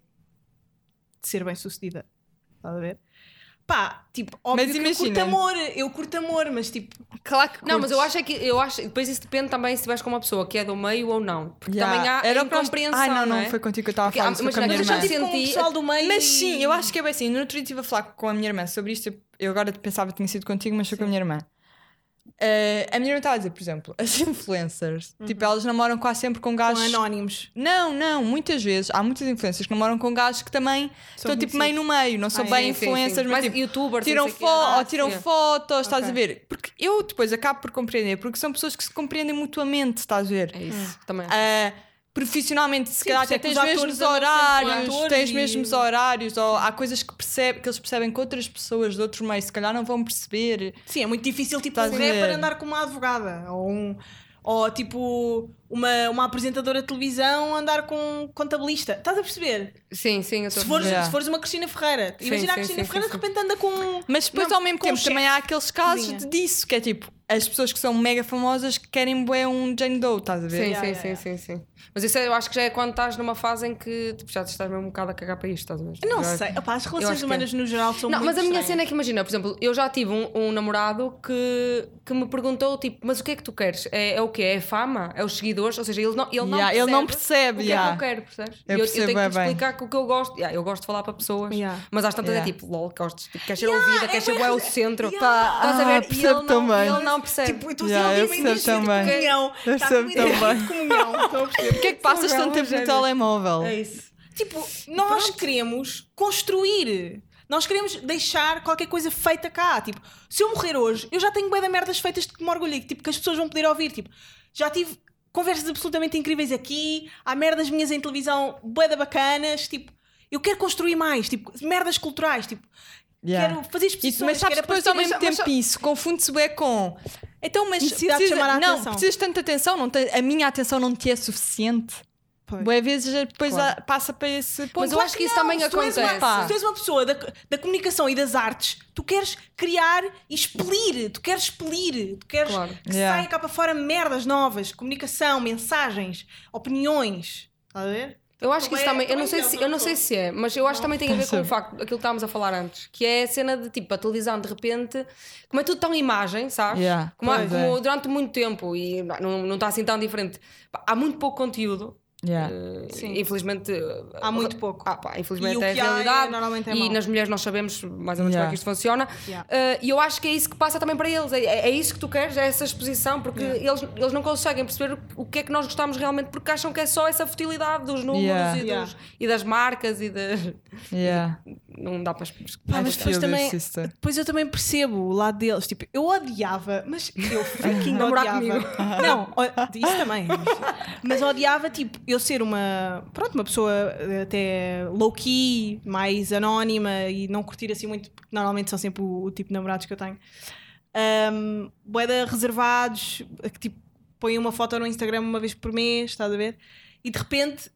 B: de ser bem sucedida. Estás a ver? Pá, tipo, óbvio
C: Mas
B: que eu curto
C: imagina.
B: amor, eu curto amor, mas tipo,
C: Claro que
D: Não, mas eu
C: curtes.
D: acho é que eu acho, depois isso depende também se estiveres com uma pessoa que é do meio ou não. Porque
C: Yeah.
D: também há
C: Era o que nós-
D: incompreensão.
C: Ai, não, não,
D: é?
C: foi contigo que eu estava a
D: Porque
C: falar
D: há-
C: isso, foi com a
D: imagina,
C: minha
B: mas eu já
C: irmã.
B: tive com o
D: Senti-
B: pessoal do meio.
C: Mas
B: e-
C: sim, eu acho que é bem assim. No outro dia estive a falar com a minha irmã sobre isto. Eu agora pensava que tinha sido contigo, mas foi com a minha irmã. Uh, a minha irmã estava a dizer, por exemplo, as influencers, uhum. tipo, elas namoram quase sempre com gajos.
B: Com anónimos.
C: Não, não, muitas vezes há muitas influencers que namoram com gajos que também são estão tipo meio no meio, não são
D: ah,
C: bem
D: sim,
C: influencers,
D: sim, sim.
C: mas
D: tipo,
C: tipo,
D: youtubers,
C: tiram fotos,
D: ah,
C: ou tiram
D: sim.
C: fotos,
B: okay.
C: estás a ver? Porque eu depois acabo por compreender, porque são pessoas que se compreendem mutuamente, estás a ver?
D: É isso, hum. também.
C: Uh, profissionalmente, se
B: sim,
C: calhar até tens os mesmos horários, tens
B: e...
C: mesmos horários, ou há coisas que, percebe, que eles percebem que outras pessoas de outros meios se calhar não vão perceber.
B: Sim, é muito difícil tipo um rapper andar com uma advogada ou, um, ou tipo uma, uma apresentadora de televisão andar com um contabilista. Estás a perceber?
D: Sim, sim, eu
B: se, fores, se fores uma Cristina Ferreira, sim, imagina sim, a Cristina sim, Ferreira sim, de repente anda com.
C: Mas depois
B: não,
C: ao mesmo tempo também há aqueles casos
B: cozinha.
C: disso, que é tipo as pessoas que são mega famosas que querem bué um Jane Doe, estás a ver?
D: Sim,
B: yeah,
D: sim,
B: yeah,
D: sim,
B: yeah.
D: sim, sim. Mas isso eu acho que já é quando estás numa fase em que tipo, já estás mesmo um bocado a cagar para isto, estás a ver?
B: Eu não
D: já...
B: sei, Opa, as relações humanas é. no geral são
D: não,
B: muito
D: mas a minha
B: estranhas.
D: cena é que imagina, por exemplo, eu já tive um, um namorado que, que me perguntou tipo, mas o que é que tu queres? É, é o quê? É fama? É os seguidores? Ou seja, ele não, ele não,
C: yeah,
D: percebe,
C: ele não percebe
D: o que
C: yeah.
D: é que eu quero, percebes?
C: Eu,
D: eu, eu tenho que
C: é
D: te explicar que o que eu gosto, yeah, eu gosto de falar para pessoas,
B: yeah.
D: mas às tantas
C: yeah.
D: é tipo, lol, gostas, tipo, queres ser
B: yeah,
D: ouvida,
B: é
D: queres ser o centro,
B: yeah.
D: estás a ver?
C: Ah,
D: E ele não,
C: também.
D: ele não percebe.
B: Tipo, eu estou
C: yeah,
B: a
C: eu
B: ouvir
C: percebo também.
B: comunhão.
C: Eu
B: Está
C: percebo também.
B: de comunhão. Estou a perceber.
C: Porquê é que passas tanto tempo no telemóvel?
B: É isso. Tipo, nós Pronto. queremos construir. Nós queremos deixar qualquer coisa feita cá. Tipo, se eu morrer hoje, eu já tenho bué de merdas feitas de que me orgulhei, tipo, que as pessoas vão poder ouvir. Tipo, já tive conversas absolutamente incríveis aqui, há merdas minhas em televisão bué de bacanas. Tipo, eu quero construir mais, tipo, merdas culturais, tipo,
C: yeah.
B: quero fazer exposições.
C: Isso, mas sabes
B: quero
C: depois ao mesmo tempo só... isso confunde-se bué com... Então, mas
B: necessidade
C: precisa,
B: de chamar a
C: não,
B: atenção.
C: precisas de tanta atenção, não te, a minha atenção não te é suficiente. Boas vezes depois
B: claro.
C: a, passa para esse ponto.
D: Mas eu acho que isso
B: não,
D: também
B: se
D: acontece.
B: Tu és uma, se tu és uma pessoa da, da comunicação e das artes, tu queres criar e expelir, tu queres expelir, tu queres
D: claro.
B: que
C: yeah.
B: saia cá para fora merdas novas, comunicação, mensagens, opiniões. Está a ver?
D: Eu acho que isso
B: é,
D: também, eu não,
B: é
D: sei se, eu não sei se é, mas eu acho que também tem a ver com o facto, aquilo que estávamos a falar antes, que é a cena de tipo, a televisão de repente, como é tudo tão imagem, sabes?
C: Yeah,
D: como, há, como
C: é.
D: durante muito tempo, e não, não está assim tão diferente, há muito pouco conteúdo.
C: Yeah.
D: Uh, infelizmente
B: há muito pouco
D: ah, pá, infelizmente
B: e
D: é a realidade
B: é, é
D: e nas mulheres nós sabemos mais ou menos
C: yeah.
D: como é que isto funciona
B: yeah.
D: uh, e eu acho que é isso que passa também para eles, é, é isso que tu queres, é essa exposição, porque yeah. eles, eles não conseguem perceber o que é que nós gostamos realmente, porque acham que é só essa futilidade dos números
C: yeah.
D: e, dos,
B: yeah.
D: e das marcas e de...
C: yeah.
D: não dá para explicar.
B: Pá, mas depois, também, depois eu também percebo o lado deles, tipo, eu odiava, mas eu fucking odiava não, isso também mas odiava, tipo, eu ser uma pronto, uma pessoa até low-key, mais anónima e não curtir assim muito, porque normalmente são sempre o, o tipo de namorados que eu tenho. Um, bué reservados, que tipo, põem uma foto no Instagram uma vez por mês, estás a ver? E de repente,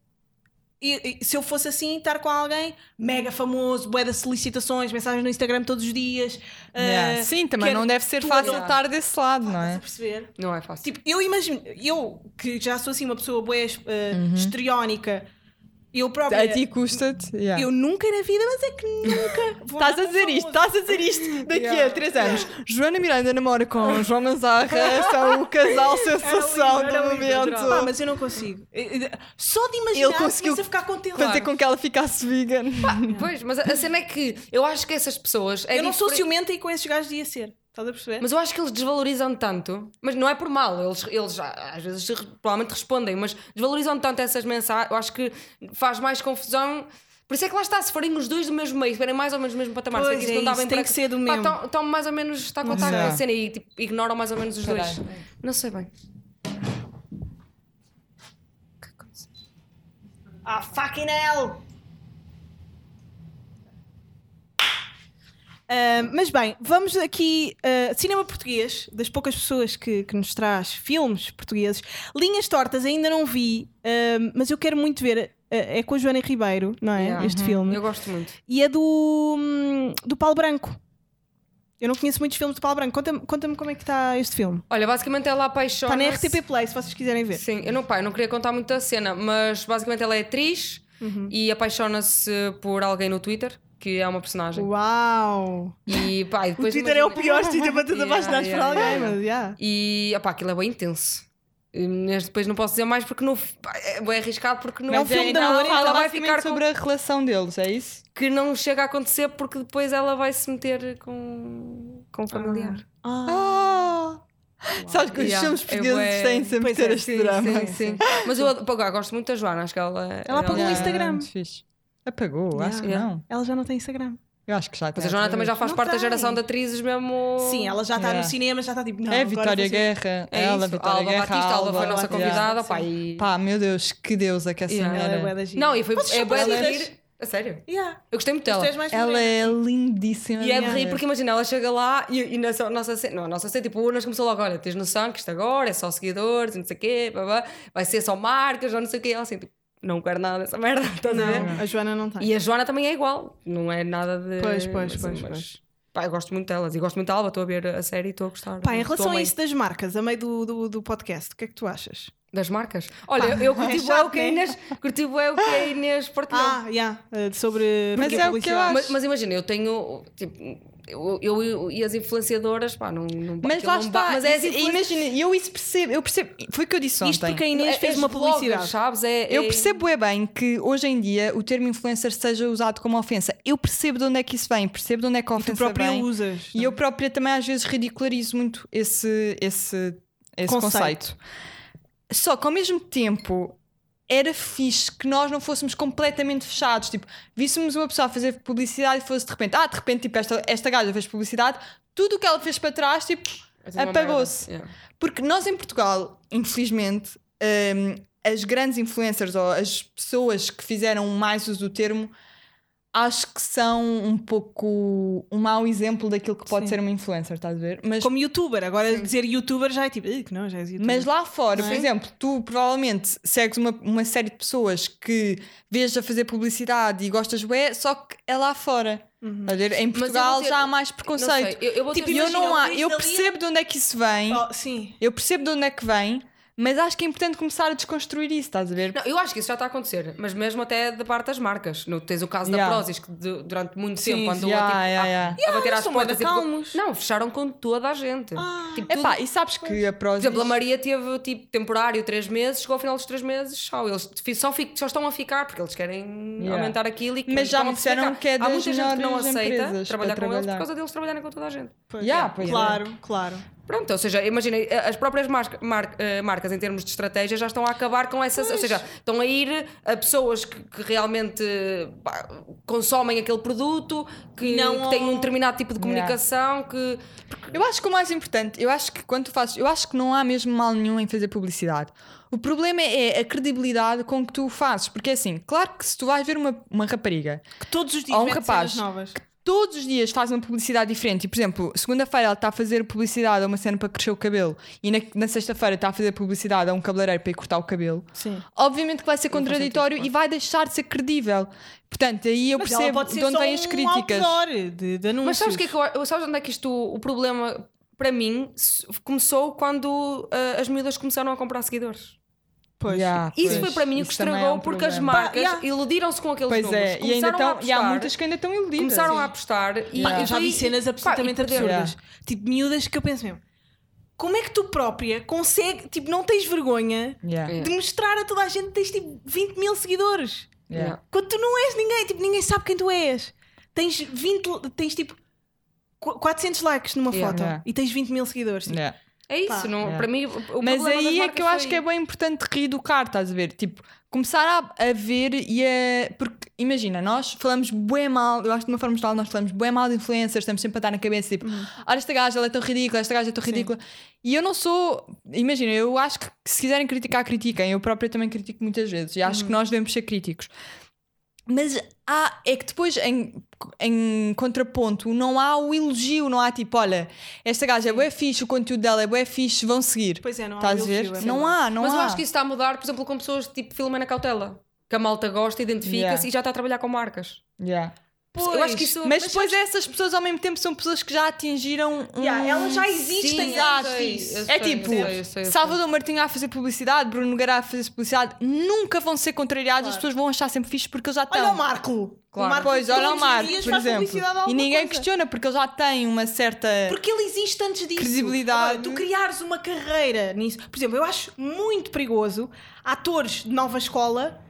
B: e, e, se eu fosse assim, estar com alguém mega famoso, bué de solicitações, mensagens no Instagram todos os dias.
C: Yeah. Uh, Sim, também não deve ser fácil yeah. estar desse lado, não é?
B: A perceber?
D: Não é fácil.
B: Tipo, eu imagino, eu que já sou assim uma pessoa bué uh, uhum. histriónica, eu própria.
C: A ti custa-te. Yeah.
B: Eu nunca na vida, mas é que nunca.
C: Estás a dizer isto, estás a dizer isto daqui yeah. a três anos. Yeah. Joana Miranda namora com João Manzarra, são o casal sensação do momento.
B: Pá, mas eu não consigo. Só de imaginar, ele conseguiu a ficar contente.
C: Fazer claro. com que ela ficasse vegan.
D: Pá, pois, mas a cena é que eu acho que essas pessoas. É
B: eu não
D: diferente.
B: sou ciumenta e com esses gajos ia ser. Estás a perceber?
D: Mas eu acho que eles desvalorizam tanto, mas não é por mal, eles, eles às vezes provavelmente respondem, mas desvalorizam tanto essas mensagens, eu acho que faz mais confusão. Por isso é que lá está, se forem os dois do mesmo meio, se forem mais ou menos do mesmo patamar,
B: pois
D: se é
B: é
D: não dá
B: isso,
D: bem
B: tem
D: para...
B: que ser do mesmo.
D: Estão mais ou menos, está a contar com a cena e tipo, ignoram mais ou menos os Caralho. dois. Não sei bem.
B: Ah, fucking hell! Uh, mas bem, vamos aqui uh, cinema português, das poucas pessoas que, que nos traz filmes portugueses. Linhas Tortas ainda não vi, uh, mas eu quero muito ver. Uh, é com a Joana Ribeiro, não é?
D: Yeah.
B: Este
D: Uhum.
B: filme.
D: Eu gosto muito.
B: E é do, um, do Paulo Branco. Eu não conheço muitos filmes do Paulo Branco. Conta-me, conta-me como é que está este filme.
D: Olha, basicamente ela apaixona-se...
B: Está na R T P Play, se vocês quiserem ver.
D: Sim, eu não, pá, eu não queria contar muito a cena, mas basicamente ela é atriz uhum. e apaixona-se por alguém no Twitter, que é uma personagem.
B: Uau!
D: E, pá, e depois
B: o Twitter
D: imagina...
B: é o pior sítio para te apaixonares
D: yeah,
B: por alguém,
D: yeah,
B: mas yeah.
D: E, opá, aquilo é bem intenso. Neste depois não posso dizer mais porque não, é bem arriscado porque não
B: é um filme de amor.
C: Ela, ela vai ficar sobre com... a relação deles, é isso?
D: Que não chega a acontecer porque depois ela vai se meter com, com um familiar.
B: Ah.
C: Sabes que os
D: Yeah,
C: filmes
D: é
C: portugueses
D: bué-
C: têm sempre
B: Pois
C: ter
B: é,
C: este
B: sim,
C: drama.
D: Sim, sim. Mas eu pá, agora gosto muito da Joana, acho que ela.
B: Ela apagou o
C: Yeah,
B: Instagram.
C: muito fixe. Apagou, acho que
D: Yeah.
C: não.
B: Ela já não tem Instagram.
C: Eu acho que já
D: Mas
C: tem
D: a Joana
C: outra
D: também já
C: vez.
D: faz
B: Não
D: parte da
B: tem.
D: geração de atrizes mesmo.
B: Sim, ela já está
C: Yeah.
B: no cinema, já está tipo. Não,
C: É
B: agora
C: Vitória
B: vou ser-
C: Guerra,
D: É
C: ela,
D: isso.
C: Vitória
D: Alba
C: Guerra.
D: Batista, Alba foi a nossa
B: Batista,
D: convidada.
B: sim.
D: Pá, e...
C: Pá, meu Deus, que deusa que essa
D: Yeah.
B: Ela é
C: senhora.
B: bué da gira.
D: Não, e foi
B: Vocês
D: é
B: são
D: bué de
B: parecidas.
D: rir. A sério?
B: Yeah.
D: Eu gostei muito
B: As
D: dela.
B: três mais
C: Ela é
B: morenas.
C: lindíssima.
D: E é de
C: mesmo.
D: rir porque imagina, ela chega lá e, e na so- nossa cena, não, a nossa cena, tipo, o Urnas começou logo: olha, tens noção que isto agora é só seguidores, e não sei o quê, blá, blá, vai ser só marcas, ou não sei o quê. Ela assim, tipo, não quero nada dessa merda, estás a ver?
B: Não, a Joana não tem.
D: E a Joana também é igual, não é nada de.
B: Pois, pois,
D: mas,
B: pois,
D: mas,
B: pois.
D: Pá, eu gosto muito delas e gosto muito da Alba, estou a ver a série e estou a gostar.
B: Pá, em
D: Estou
B: relação a
D: meio-
B: isso das marcas, a meio do, do, do podcast, o que é que tu achas?
D: Das marcas? Olha,
B: Pá,
D: eu, eu curti
B: é
D: bué
B: chato,
D: o que a
B: né?
D: Inês, curti bué o que a Inês partilhou.
B: Ah, yeah, eh, sobre.
C: Mas
B: porque
C: é o que eu
B: publicidade.
C: acho.
D: Mas, mas imagina, eu tenho, tipo, eu, eu- eu e as influenciadoras, pá, não, não
C: Mas
D: aquilo
C: lá
D: não
C: está,
D: ba- mas é as
C: isso-
D: influênciadoras.
C: imagina, eu isso percebo, eu percebo, foi o que eu disse ontem.
B: Isto porque a Inês fez uma publicidade.
D: Sabes? É,
C: Eu
D: é-
C: percebo é bem que hoje em dia o termo influencer seja usado como ofensa. Eu percebo de onde é que isso vem, percebo de onde é que a
B: E tu
C: ofensa
B: própria
C: vem.
B: usas.
C: E eu própria também às vezes ridicularizo muito esse, esse, esse
B: Conceito.
C: conceito. Só que ao mesmo tempo era fixe que nós não fôssemos completamente fechados. Tipo, víssemos uma pessoa a fazer publicidade e fosse de repente, ah, de repente, tipo, esta, esta gaja fez publicidade, tudo o que ela fez para trás, tipo,
D: é uma
C: apagou-se.
D: merda, yeah.
C: Porque nós em Portugal, infelizmente, hum, as grandes influencers ou as pessoas que fizeram mais uso do termo, acho que são um pouco um mau exemplo daquilo que pode
B: Sim.
C: ser uma influencer, estás a ver? Mas,
B: Como youtuber, agora dizer youtuber já é tipo, "Ih, que não, já és youtuber."
C: mas lá fora,
B: Não
C: por
B: é?
C: exemplo, tu provavelmente segues uma, uma série de pessoas que vês a fazer publicidade e gostas bué, só que é lá fora.
B: Uhum.
C: Estás a ver? Em
D: eu
C: Portugal
D: vou ter-
C: já há mais
D: Não
C: preconceito.
D: sei, eu, eu vou
B: Tipo,
D: ter
C: E eu
B: imagina,
C: não
B: o
C: há,
B: Chris
C: eu
B: D'Elia-
C: percebo de onde é que isso vem.
B: Oh, sim.
C: Eu percebo de onde é que vem, mas acho que é importante começar a desconstruir isso, estás a ver?
D: Não, eu acho que isso já está a acontecer, mas mesmo até da parte das marcas. No, tens o caso
C: Yeah.
D: da Prozis, que de- durante muito
B: Sim,
D: tempo andou
C: yeah,
D: a, tipo,
C: yeah,
D: a-
C: yeah.
D: a bater
B: eles
D: às
B: são bué da
D: portas. e ficou-
B: calmos.
D: Não, fecharam com toda a gente.
B: Ah.
D: Tipo, tudo-
C: Epá, e sabes que a
D: Por
C: Prozis...
D: exemplo, a Maria teve tipo temporário três meses, chegou ao final dos três meses, só eles fi- só, fi- só estão a ficar porque eles querem
C: Yeah.
D: aumentar aquilo e
C: Mas já
D: estão
C: me
D: a
C: disseram
D: explicar.
C: que é
D: Há
C: das
D: muita gente que não
C: melhores
D: aceita
C: empresas
D: trabalhar
C: para
D: com eles por
C: trabalhar.
D: causa deles trabalharem com toda a gente.
B: Pois,
C: Yeah,
B: yeah,
C: pois é.
B: claro, claro.
D: Pronto, ou seja, imagina, as próprias marca- mar- eh, marcas em termos de estratégia já estão a acabar com essas, ou seja, estão a ir a pessoas que, que realmente pá, consomem aquele produto, que,
B: Não-
D: que têm um determinado tipo de comunicação, que
C: Eu acho que o mais importante, eu acho que quando tu fazes, eu acho que não há mesmo mal nenhum em fazer publicidade. O problema é a credibilidade com que tu o fazes, porque é assim, claro que se tu vais ver uma, uma rapariga
B: Que todos os dias
C: ou um
B: mete
C: rapaz
B: cenas novas.
C: todos os dias faz uma publicidade diferente e, por exemplo, segunda-feira ela está a fazer publicidade a uma cena para crescer o cabelo e na, na sexta-feira está a fazer publicidade a um cabeleireiro para ir cortar o cabelo,
B: Sim.
C: obviamente que vai ser
D: faz
C: contraditório
D: sentido,
C: e vai deixar de ser credível. Portanto, aí eu
B: Mas ela
C: percebo
B: pode
C: de
B: ser
C: onde
B: só
C: vêm as
B: um
C: críticas.
B: outdoor de, de anúncios.
D: Mas sabes o que é que eu, eu- sabes onde é que isto, o problema para mim se- começou quando ah, as miúdas começaram a comprar seguidores.
B: Pois.
C: Yeah,
D: Isso
C: pois,
D: foi para mim o que
C: isso também
D: estragou
C: é um
D: porque as
C: problema.
D: marcas
B: Bah, yeah.
D: iludiram-se com aqueles
C: Pois
D: números.
C: é, e, ainda
D: Começaram a
C: tão, e há
D: apostar,
C: muitas que ainda estão iludidas.
D: começaram
C: Sim.
D: a apostar e,
B: Pá,
D: e
B: eu já
D: foi-
B: vi cenas absolutamente
D: pá, e perderam.
B: absurdas. Tipo, miúdas que eu penso mesmo, como é que tu própria consegue, tipo, não tens vergonha
C: Yeah,
D: Yeah.
B: de mostrar a toda a gente que tens tipo vinte mil seguidores?
C: yeah.
B: Quando tu não és ninguém, tipo, ninguém sabe quem tu és. Tens vinte, tens tipo qu- quatrocentos likes numa
D: Yeah.
B: foto
C: Yeah.
B: e tens vinte mil seguidores. Tipo,
C: Yeah.
D: É isso,
B: Pá,
D: não,
C: yeah.
D: para mim o, o
C: Mas
D: problema das
C: aí é
D: marcas
C: que eu acho
D: foi-
C: que é bem importante reeducar, estás a ver? Tipo, começar a, a ver e a. Porque imagina, nós falamos bué mal, eu acho que de uma forma geral nós falamos bué mal de influencers, estamos sempre a dar na cabeça, tipo, olha esta gaja, ela é tão ridícula, esta gaja é tão
B: Sim.
C: ridícula. E eu não sou. Imagina, eu acho que se quiserem criticar, critiquem. Eu própria também critico muitas vezes e acho que nós devemos ser críticos. Mas há, é que depois, em, em contraponto, não há o elogio, não há tipo, olha, esta gaja é bué fixe, o conteúdo dela é bué fixe, vão seguir.
B: Pois é, não há
C: Estás a
B: um
C: ver?
B: elogio, é
C: Não
B: verdade.
C: há, não
D: Mas
C: há.
D: eu acho que isso está a mudar, por exemplo, com pessoas tipo Filomena Cautela, que a malta gosta, identifica-se
C: Yeah.
D: e já está a trabalhar com marcas.
C: Yeah.
D: Eu acho que isso.
C: Mas depois essas pessoas ao mesmo tempo são pessoas que já atingiram um...
B: Yeah, elas já existem,
D: Sim,
B: exato.
D: eu sei,
B: isso.
D: eu
C: É
D: sei,
C: tipo,
D: eu sei, eu sei, eu sei.
C: Salvador Martinho a fazer publicidade, Bruno Nogueira a fazer publicidade, nunca vão ser contrariados, as pessoas vão achar sempre fixe porque eles já estão.
B: Olha o Marco.
D: Claro.
B: O Marco
C: Pois, olha o
B: todos os
C: Marco,
B: dias
C: por
B: faz
C: exemplo.
B: publicidade a
C: E
B: alguma
C: ninguém
B: coisa.
C: questiona porque ele já tem uma certa.
B: Porque ele existe antes disso.
C: Credibilidade.
B: Agora, tu criares uma carreira nisso. Por exemplo, eu acho muito perigoso atores de nova escola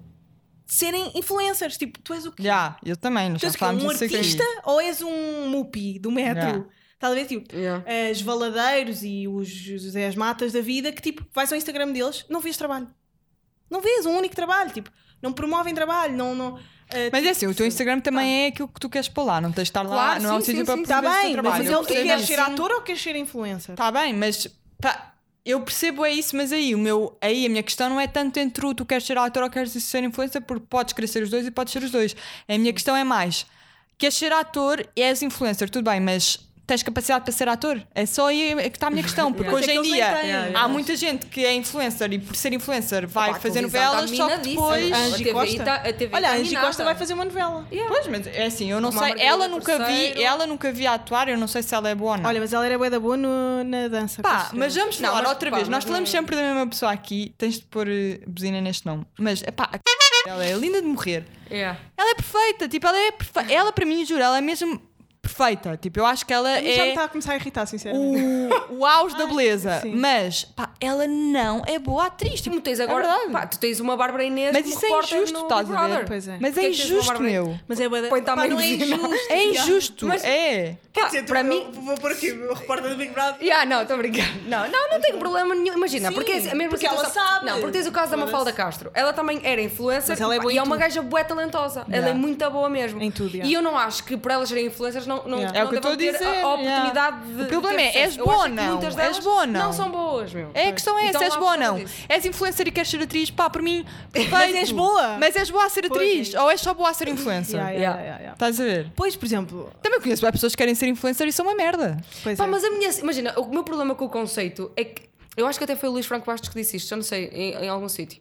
B: serem influencers. Tipo, tu és o quê?
C: Já, eu também, nós
B: Tu
C: já
B: és o quê?
C: falámos
B: Um
C: disso aqui.
B: artista ou és um mupi do metro?
C: Yeah.
B: Estás a ver? Tipo,
D: Yeah.
B: os Valadeiros e os José as Matas da vida, que tipo, vais ao Instagram deles, não vês trabalho. Não vês um único trabalho, tipo, não promovem trabalho, não... não Uh,
C: Mas é assim, o teu Instagram também é aquilo que tu queres pôr lá, não tens de estar lá,
D: Claro,
C: não é um
D: sim,
C: sítio
D: sim,
C: para
D: sim.
B: Está
C: promover o teu
B: bem,
C: trabalho.
B: mas
C: Eu
B: então tu
C: percebo
B: queres
C: assim.
B: ser ator ou queres ser influencer?
C: Está bem, mas pá, eu percebo é isso, mas aí, o meu, aí a minha questão não é tanto entre o tu queres ser ator ou queres ser influencer, porque podes querer ser os dois e podes ser os dois. A minha questão é mais, queres ser ator e és influencer, tudo bem, mas tens capacidade para ser ator? É só aí que está a minha questão, porque
B: Yeah.
C: hoje
B: Mas é
C: em
B: que eles
C: dia
B: nem têm.
C: há
B: Yeah,
C: muita gente que é influencer e por ser influencer vai
D: Opa, a
C: fazer
D: televisão
C: novelas,
D: está
C: só que
D: minadíssima.
C: depois...
B: A
D: A
B: Angie
D: T V
B: Costa.
D: tá- a T V
B: Olha, a
D: tá
B: Angie
D: minada.
B: Costa vai fazer uma novela.
D: Yeah.
C: Pois, mas é assim, eu não
D: Como a
C: sei,
D: Margarida
C: ela nunca vi,
D: Terceiro.
C: ela nunca vi atuar, eu não sei se ela é boa ou não.
B: Olha, mas ela era bué da boa no- na dança. com
C: Pá,
B: certeza.
C: mas vamos
D: Não,
C: falar
D: mas,
C: outra
D: pá,
C: vez. Nós
D: mas
C: falamos
D: não-
C: sempre da mesma pessoa aqui. Tens de pôr uh, buzina neste nome. Mas, pá, a ela é linda de morrer.
D: Yeah.
C: Ela é perfeita. Tipo, ela é perfeita. Ela, para mim, juro, ela é mesmo perfeita. Tipo, eu acho que ela
B: A mim já me
C: é
B: está a começar a irritar, sinceramente.
C: o, o auge da beleza.
B: sim.
C: Mas, pá, ela não é boa atriz. Tipo,
D: Como tens
C: é
D: agora,
C: verdade.
D: pá, tu tens uma Bárbara Inês
C: Mas
D: como
C: isso é
D: repórter
C: injusto,
D: no
C: estás
D: Big
C: a ver?
D: Brother.
B: Pois é.
C: Mas é
D: Porquê que tens uma
C: injusto,
D: Bárbara
C: meu.
B: Mas é bué da...
D: Põe-te à
B: Pá,
D: mãe
B: não é
D: vizinha.
B: injusto.
C: É injusto.
D: Mas-
C: É.
B: Quer dizer,
D: para mim-
B: Vou pôr aqui o repórter do Big Brother.
D: Yeah, não, estou a brincar. Não, não, não tenho problema nenhum. Imagina,
B: Sim,
D: porque é a mesma
B: porque ela
D: situação-
B: sabe.
D: Não, porque tens o caso da
B: Foda-se.
D: Mafalda Castro. Ela também era influencer
B: Mas ela é boa
D: e
B: em
D: é uma
B: tudo.
D: gaja bué talentosa. Ela
C: Yeah.
D: é muito boa mesmo.
B: Em tudo, yeah.
D: E eu não acho que por elas serem influencers não, não,
B: Yeah.
C: É
D: não
C: o que eu
D: devam
C: estou a
D: ter
C: dizer,
D: a oportunidade de.
C: O problema
D: de ter
C: é, és
D: sucesso. Eu
C: boa
D: acho
C: ou
D: que
C: não?
D: muitas
C: És
D: delas
C: boa ou não?
D: Não são boas, meu.
C: É a questão é
D: Então
C: se és
D: lá
C: boa ou
D: fora
C: não.
D: disso.
C: És influencer e queres ser atriz, pá, por mim, perfeito.
B: Mas és boa.
C: Mas és boa a ser
B: Pois
C: atriz.
B: é.
C: Ou és só boa a ser influencer.
B: Yeah, yeah,
D: Yeah.
B: yeah, yeah.
C: Estás a ver?
B: Pois, por exemplo...
C: Também conheço bem pessoas que querem ser influencer e são uma merda.
B: Pois
D: Pá,
B: é.
D: mas a minha. Imagina, o meu problema com o conceito é que. Eu acho que até foi o Luís Franco Bastos que disse isto, já não sei, em, em algum sítio.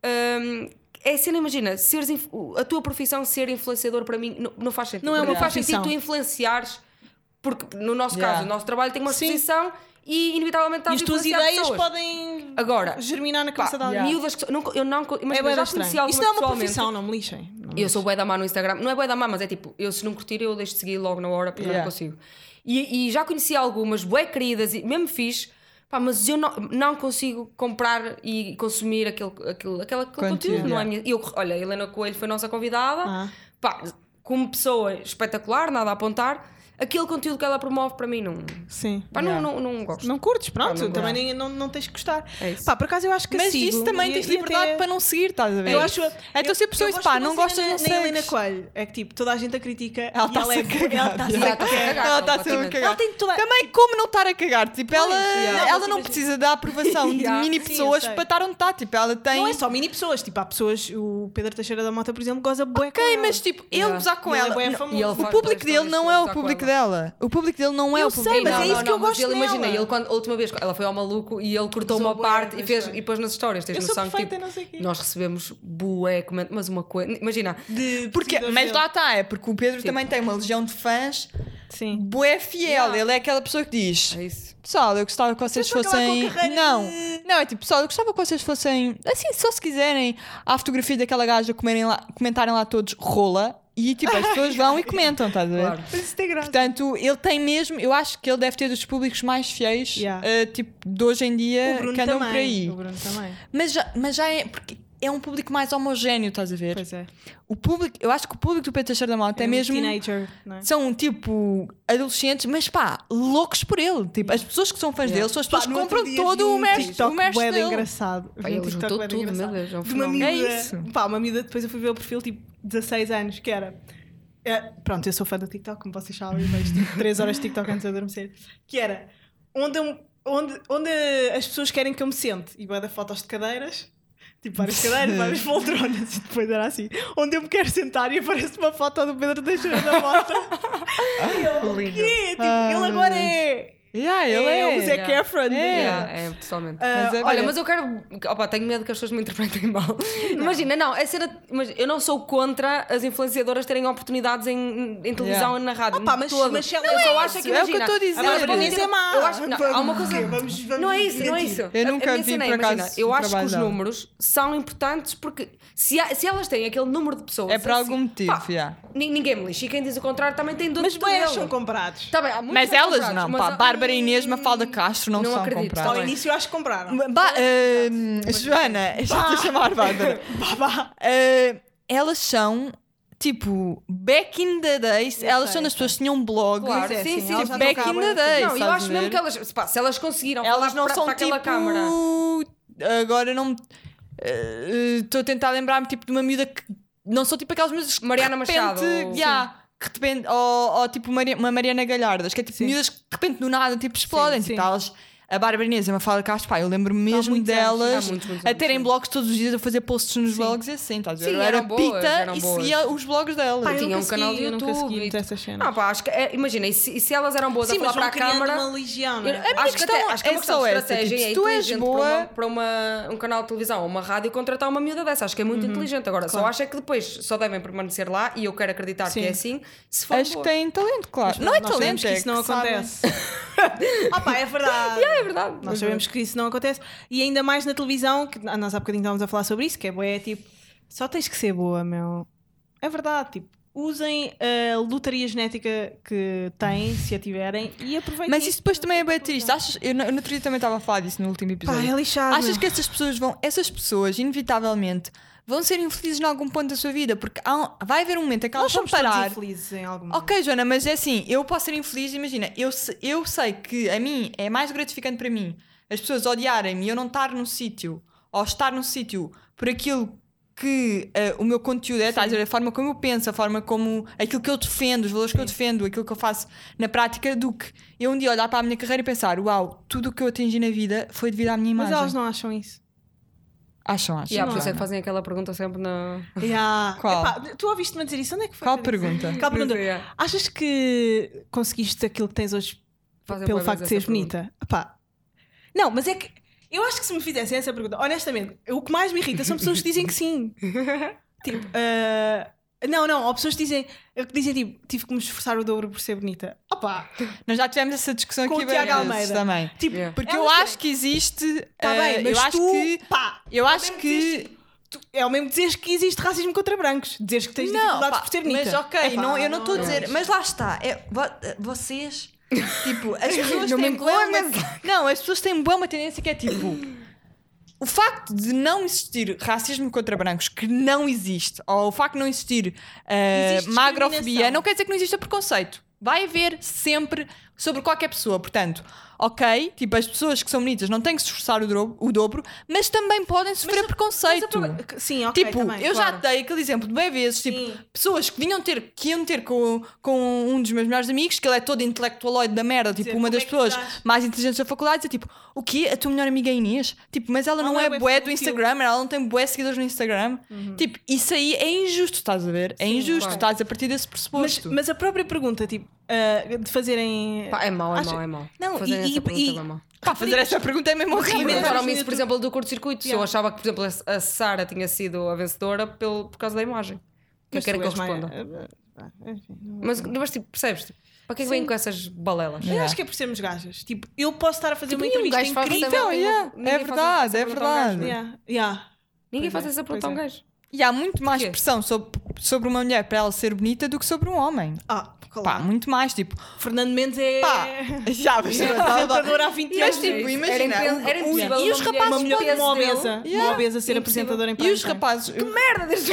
D: Hum, é a cena, imagina, seres inf- a tua profissão ser influenciador para mim não, não faz sentido.
B: Não é
D: Para
B: uma
D: mim faz
B: profissão.
D: sentido tu influenciares, porque no nosso
C: Yeah.
D: caso, o nosso trabalho tem uma
B: Sim.
D: exposição e inevitavelmente
B: E
D: estás
B: as
D: a
B: tuas
D: influenciar
B: ideias
D: pessoas.
B: podem
D: Agora,
B: germinar na
D: pá,
B: cabeça de alguém.
D: miúdas que. Não, eu não. Imagina,
B: É bué
D: já
B: da
D: conheci
B: estranho.
D: algumas
B: Isso não é uma
D: pessoalmente.
B: profissão, não me lixem. Não me
D: Eu sou bué da má no Instagram. Não é bué da má, mas é tipo, eu se não curtir, eu deixo de seguir logo na hora porque eu
C: Yeah.
D: não consigo. E, e já conheci algumas bué queridas e mesmo fixe, pá, mas eu não, não consigo comprar e consumir aquele, aquele, aquele, aquele
C: Conteúdo,
D: conteúdo, não é
C: yeah.
D: minha. Eu, olha, a Helena Coelho foi nossa convidada,
B: Ah.
D: pá, como pessoa espetacular, nada a apontar. Aquele conteúdo que ela promove para mim não.
B: Sim.
D: Pá,
C: Yeah.
D: não, não, não gosto.
B: Não curtes, pronto.
D: Pá, não
B: também
D: gosto.
B: nem, não, não tens que gostar.
D: É isso.
B: Pá, por acaso eu acho que
C: Mas
B: sigo,
C: isso também
B: e-
C: tens
B: e
C: liberdade
B: até-
C: para não seguir, estás a ver?
B: Eu acho.
C: Então se a pessoa diz,
B: gosto
C: pá,
B: de
C: não
B: uma
C: gostas,
B: cena
C: não
B: na- na Helena
C: segues.
B: Coelho. É que tipo, toda a gente a critica.
C: Ela
B: e ela
C: está-se
B: é
C: a cagar.
B: Ela está-se
D: Yeah,
B: a
D: está-se a
B: cagar.
D: cagar.
C: Ela está a ser
D: completamente.
C: cagar.
B: Ela tem toda.
C: Também como não estar a cagar? Tipo, ela,
B: yeah.
C: ela
B: Não,
C: não
B: mas
C: precisa da aprovação de
D: Yeah.
C: mini
B: Sim,
C: pessoas
B: eu sei.
C: para estar onde está. Tipo, ela tem.
B: Não é só mini pessoas, tipo, há pessoas, o Pedro Teixeira da Mota, por exemplo, goza bué com
C: Ok,
B: ela.
C: mas tipo, ele
D: Yeah.
C: gozar com
B: E ele é
C: ela.
B: bué
C: não,
B: famoso.
D: E ele
C: o
D: faz
C: público
D: todas
C: dele
D: as
C: não é o
D: gozar com
C: público
D: ela.
C: dela. O público dele não é
B: Eu
C: o público
B: sei, mas
C: dela.
B: é isso que eu
D: mas
B: gosto
D: ele, imagina,
B: nela.
D: ele quando a última vez ela foi ao maluco e ele cortou
B: Usou
D: uma
B: bué
D: parte e,
B: das
D: fez,
B: coisas.
D: e pôs nas stories. Tens
B: Eu sou
D: noção que
B: perfeita,
D: tipo,
B: não sei o quê.
D: nós recebemos bué, coment- mas uma coisa. Imagina,
B: De-
C: Porque,
B: seguidores
C: mas
B: dele.
C: lá está, é porque o Pedro
D: Sim.
C: também tem uma legião de fãs
B: Sim.
C: bué fiel.
B: Yeah.
C: Ele é aquela pessoa que diz:
D: é isso.
C: pessoal, eu gostava que vocês
B: Deixa-me acabar
C: fossem.
B: com a carreira
C: Não,
B: de-
C: não, é tipo, pessoal, eu gostava que vocês fossem. Assim, só se quiserem, à fotografia daquela gaja comerem lá, comentarem lá todos rola e tipo, as pessoas vão e comentam, estás a ver?
D: Claro.
B: Mas isso tem graça.
C: Portanto, ele tem mesmo, eu acho que ele deve ter dos públicos mais fiéis,
B: Yeah.
C: eh, tipo, de hoje em dia,
B: O Bruno
C: que andam
B: também.
C: por aí.
B: O Bruno também.
C: Mas já, mas já é, porque é um público mais homogéneo, estás a ver?
B: Pois é.
C: O público, eu acho que o público do Pedro Teixeira da Mota é,
B: um
C: mesmo.
B: teenager, não é?
C: São tipo adolescentes, mas pá, loucos por ele. Tipo, as pessoas que são fãs
D: Yeah.
C: dele são as
B: Pá,
C: pessoas que
B: no outro
C: compram
B: dia
C: todo
B: vi
C: o
B: um
C: merch, o
B: TikTok
C: merch
B: bué de
C: dele.
B: engraçado.
D: Pá,
B: Vi um
D: ele
B: TikTok
D: juntou
B: bué de
D: tudo,
B: engraçado.
D: meu Deus, é um
B: De uma
D: fenómeno.
B: miúda,
C: É isso.
B: pá, uma miúda, depois eu fui ver o perfil tipo dezasseis anos, que era. é, pronto, eu sou fã do TikTok, como vocês sabem, vejo tipo três horas de TikTok antes de adormecer. Que era onde, eu- onde, onde as pessoas querem que eu me sente. E vai dar fotos de cadeiras. Tipo, várias cadeiras, várias poltronas. E depois era assim: onde eu me quero sentar e aparece uma foto do Pedro Teixeira da Mota. E eu, o quê? Tipo,
C: Ai,
B: ele
C: meu
B: agora
C: Deus.
B: é.
C: Yeah, ele é.
B: o Zac
D: Yeah.
B: Efron.
C: É.
D: Yeah, é, totalmente.
B: Ah,
C: Mas é-
D: Olha, mas eu quero. Opa, tenho medo que as pessoas me interpretem mal. Imagina, não, a cena, imagina, eu não sou contra as influenciadoras terem oportunidades em, em televisão
C: Yeah.
D: e na rádio.
B: Ah, pá, mas-
D: todo.
B: mas se ela-
D: eu
B: Não
D: só
B: é
D: acho que
C: isso, é o que eu
D: imagina,
C: estou a dizer.
D: agora,
C: Mas
D: podem
B: dizer
D: ser-
B: má.
D: Eu acho, não, há uma coisa.
B: Vamos- vamos
D: não é isso, não é
B: mentir.
D: isso.
C: Eu
D: A-
C: nunca
D: a minha
C: vi,
D: cena é,
C: por
D: imagina,
C: acaso,
D: eu
C: o
D: acho que
C: trabalho
D: os
C: dela.
D: números são importantes porque se, há- se elas têm aquele número de pessoas.
C: É por
D: assim,
C: algum motivo,
D: pá,
C: yeah.
D: ni- ninguém me lixa. E quem diz o contrário também tem dor
B: Mas
D: de
B: bem,
D: dele.
B: são comprados.
D: Tá bem, há muitos
C: Mas
D: que são
C: elas
D: comprados,
C: não,
D: mas
C: pá.
D: há-
C: Bárbara Inês, Mafalda Castro não,
D: Não
C: são
D: acredito,
C: compradas.
B: Ao
D: tá bem.
B: início eu acho que compraram.
C: Ba- ah, Joana, já te chamar Bárbara.
B: Babá.
C: Ah, elas são tipo, back in the days,
B: Eu
C: elas
B: sei,
C: são das
B: eu
C: pessoas que tinham blog.
D: Claro,
B: Pois é,
D: sim,
B: sim,
D: sim,
B: elas
D: tipo,
B: já
C: back
B: estão
C: in
B: cá há
C: the
B: bué de tempo.
C: days.
D: Não, eu
C: sabes
D: acho mesmo
C: ver?
D: que elas, pá, se elas conseguiram
C: Elas
D: falar
C: não
D: para,
C: são
D: para aquela
C: tipo.
D: câmara.
C: Agora não. Estou a tentar lembrar-me tipo de uma miúda que. Não sou tipo aquelas miúdas que
D: Mariana
C: de repente,
D: Machado, ou-
C: yeah, que de repente, ou, ou tipo Maria- uma Mariana Galhardas, que é tipo
B: Sim.
C: miúdas que de repente do nada tipo explodem.
B: Sim,
C: Tipo,
B: sim.
C: elas, a Bárbara Inês e a Mafalda Castro, pá, eu lembro-me mesmo
B: muitos anos,
C: delas
D: há muitos, muitos
C: a
D: anos,
C: terem
D: sim.
C: blogs todos os dias, a fazer posts nos
B: Sim.
C: blogs e assim, estás a ver?
D: Sim,
C: Eu era
D: eram boas,
C: pita
D: eram
C: e
D: boas.
C: seguia os blogs delas.
B: Pá, eu
D: Tinha
B: nunca
D: um canal
B: segui,
D: de
B: eu nunca
D: YouTube
B: segui
D: e-
B: muito essas cenas.
D: Ah, pá, acho que, é, imagina, e se, e se elas eram boas
B: Sim,
D: a falar
B: mas
D: para
B: vão
D: a
B: criando
D: câmara.
B: uma legião, não
D: Eu-
B: é?
C: A minha
D: acho, que
C: questão
D: até, acho que é
C: é
D: uma questão
C: só
D: de
C: essa,
D: estratégia.
C: tipo,
D: é
C: se tu és
D: inteligente
C: boa-
D: para, uma, para uma- um canal de televisão ou uma rádio contratar uma miúda dessa. Acho que é muito inteligente. Agora, só
B: claro.
D: acho é que depois só devem permanecer lá e eu quero acreditar
B: Sim.
D: que é assim. Se for
C: Acho que têm talento, claro.
B: Mas
C: Não é
B: nós sabemos
C: talento,
B: que
C: é
B: isso não
C: que sabem.
B: acontece. Ah pá, é verdade.
D: É verdade.
B: Nós sabemos que isso não acontece. E ainda mais na televisão, que nós há bocadinho estávamos a falar sobre isso, que é boa, é tipo, só tens que ser boa, meu. É verdade, tipo, usem a lotaria genética que têm, se a tiverem, e aproveitem.
C: Mas isso depois também é bem triste. Achas, eu no no outro dia também estava a falar disso no último
B: Pá,
C: episódio.
B: é lixado.
C: Achas
B: meu.
C: que essas pessoas vão, essas pessoas, inevitavelmente, vão ser infelizes em algum ponto da sua vida? Porque há um- vai haver um momento em que elas
B: Nós
C: vão
B: somos todos
C: parar.
B: infelizes em algum momento.
C: Ok, Joana, mas é assim, eu posso ser infeliz, imagina, eu, se- eu sei que a mim é mais gratificante para mim as pessoas odiarem-me e eu não estar num sítio, ou estar num sítio por aquilo que eh, o meu conteúdo é, estás a dizer, a forma como eu penso, a forma como aquilo que eu defendo, os valores que eu defendo, aquilo que eu faço na prática, do que eu um dia olhar para a minha carreira e pensar, uau, tudo o que eu atingi na vida foi devido à minha
B: Mas
C: imagem.
B: elas não acham isso.
C: Acham, acham.
D: E há por isso é
C: Joana.
D: que fazem aquela pergunta sempre na.
B: Yeah.
C: Qual?
B: Epá, tu ouviste-me dizer isso? Onde é que foi?
C: Qual
B: que eu disse?
C: pergunta?
B: Qual pergunta?
D: É.
B: Achas que conseguiste aquilo que tens hoje
D: Fazem
B: pelo
D: bué
B: facto de
D: vezes
B: seres
D: essa
B: bonita? Epá. Não, mas é que eu acho que se me fizessem essa pergunta, honestamente, o que mais me irrita são pessoas que dizem que sim. Tipo, ah, não, não, ou pessoas que dizem, que dizem tipo, tive que me esforçar o dobro por ser bonita. Opá,
C: Nós já tivemos essa discussão
B: Com
C: aqui
B: o Tiago
C: várias
B: Almeida.
C: vezes também.
B: tipo,
D: Yeah.
C: Porque
B: elas
C: eu
B: têm-
C: acho que existe.
B: Tá
C: eh,
B: bem, mas
C: eu acho
B: tu,
C: que.
B: pá,
C: Eu
B: é o
C: acho
B: mesmo
C: que.
B: dizeres- tu- é o mesmo dizeres que existe racismo contra brancos, dizeres que tens dificuldades
C: pá,
B: por ser bonita.
C: mas ok,
B: Epá,
C: não, eu não estou a dizer,
B: é.
C: mas lá está, é, vo- vocês, tipo, as pessoas
D: Não me
C: têm
D: incluem
C: boa
D: na
C: uma, não, as pessoas têm boa uma tendência que é tipo, o facto de não existir racismo contra brancos, que não existe, ou o facto de não existir uh,
B: Existe
C: magrofobia,
B: discriminação.
C: não quer dizer que não exista preconceito. Vai haver sempre sobre qualquer pessoa. Portanto, ok, tipo, as pessoas que são bonitas não têm que se esforçar o dobro, o dobro mas também podem sofrer
B: Mas-
C: preconceito.
B: mas o problema- Sim, ok,
C: Tipo,
B: também,
C: eu já
B: claro.
C: dei aquele exemplo de bem vezes, tipo,
B: Sim.
C: pessoas que vinham ter, que iam ter com, com um dos meus melhores amigos, que ele é todo intelectualoide da merda, tipo,
B: Dizer,
C: uma
B: como
C: das
B: é que
C: pessoas
B: estás?
C: mais inteligentes da faculdade, dizer, tipo, o quê? A tua melhor amiga é Inês? Tipo, mas ela não
B: Ela
C: é
B: é bué
C: bué do
B: fútil.
C: Instagram, ela não tem bué seguidores no Instagram. Tipo, isso aí é injusto, estás a ver? É
B: Sim,
C: injusto,
D: claro.
C: estás a partir desse
B: Mas,
C: pressuposto.
B: mas a própria pergunta, tipo, ah, de fazerem.
D: Pá, é mau, é
B: Acha-
D: mau, é mau.
B: Não,
D: Fazer
B: e-
D: essa
B: e-
D: pergunta
B: e-
D: é mau.
C: Pá, fazer essa pergunta é mesmo horrível.
B: Mas-
D: Perguntaram-me isso,
B: mas-
D: por exemplo, do curto-circuito. Se eu
B: Yeah.
D: achava que, por exemplo, a a Sara tinha sido a vencedora pelo, por causa da imagem. O que é
B: Mas
D: que querem
B: tu
D: que eu
B: és mais-
D: responda?
B: ah, ah, enfim, não-
D: Mas, mas tipo, percebes? Tipo, para que é que
B: Sim.
D: vêm com essas balelas?
B: Eu acho que é por sermos gajas. Tipo, eu posso estar a fazer
D: Tipo,
B: uma
D: nenhum
B: entrevista
D: gajo faz
B: incrível.
D: essa-
C: Então,
D: Ninguém
C: yeah,
D: ninguém
C: é
D: faz
C: verdade,
D: essa
C: é
D: pergunta a um gajo.
C: verdade.
B: Yeah, yeah.
D: Ninguém
B: Pois
D: faz
B: é,
D: essa pergunta a um
B: pois é.
D: gajo.
C: E há muito mais
D: Porquê?
C: pressão sobre, sobre uma mulher para ela ser bonita do que sobre um homem.
B: Ah,
C: Pá,
B: claro.
C: muito mais, tipo,
B: Fernando Mendes é.
C: pá, já, mas
B: é apresentador há vinte
C: Mas
B: anos.
C: tipo,
D: Era
C: imagina,
D: impen- era
C: o- o-
D: impossível
C: e os
D: uma mulher-
C: rapazes
B: Uma mulher
C: podem-
B: uma
D: dele.
B: obesa. Uma
C: Yeah.
B: obesa ser
D: Impossível.
B: apresentadora em
C: E
B: prime
C: os
B: time.
C: rapazes,
D: Merda deste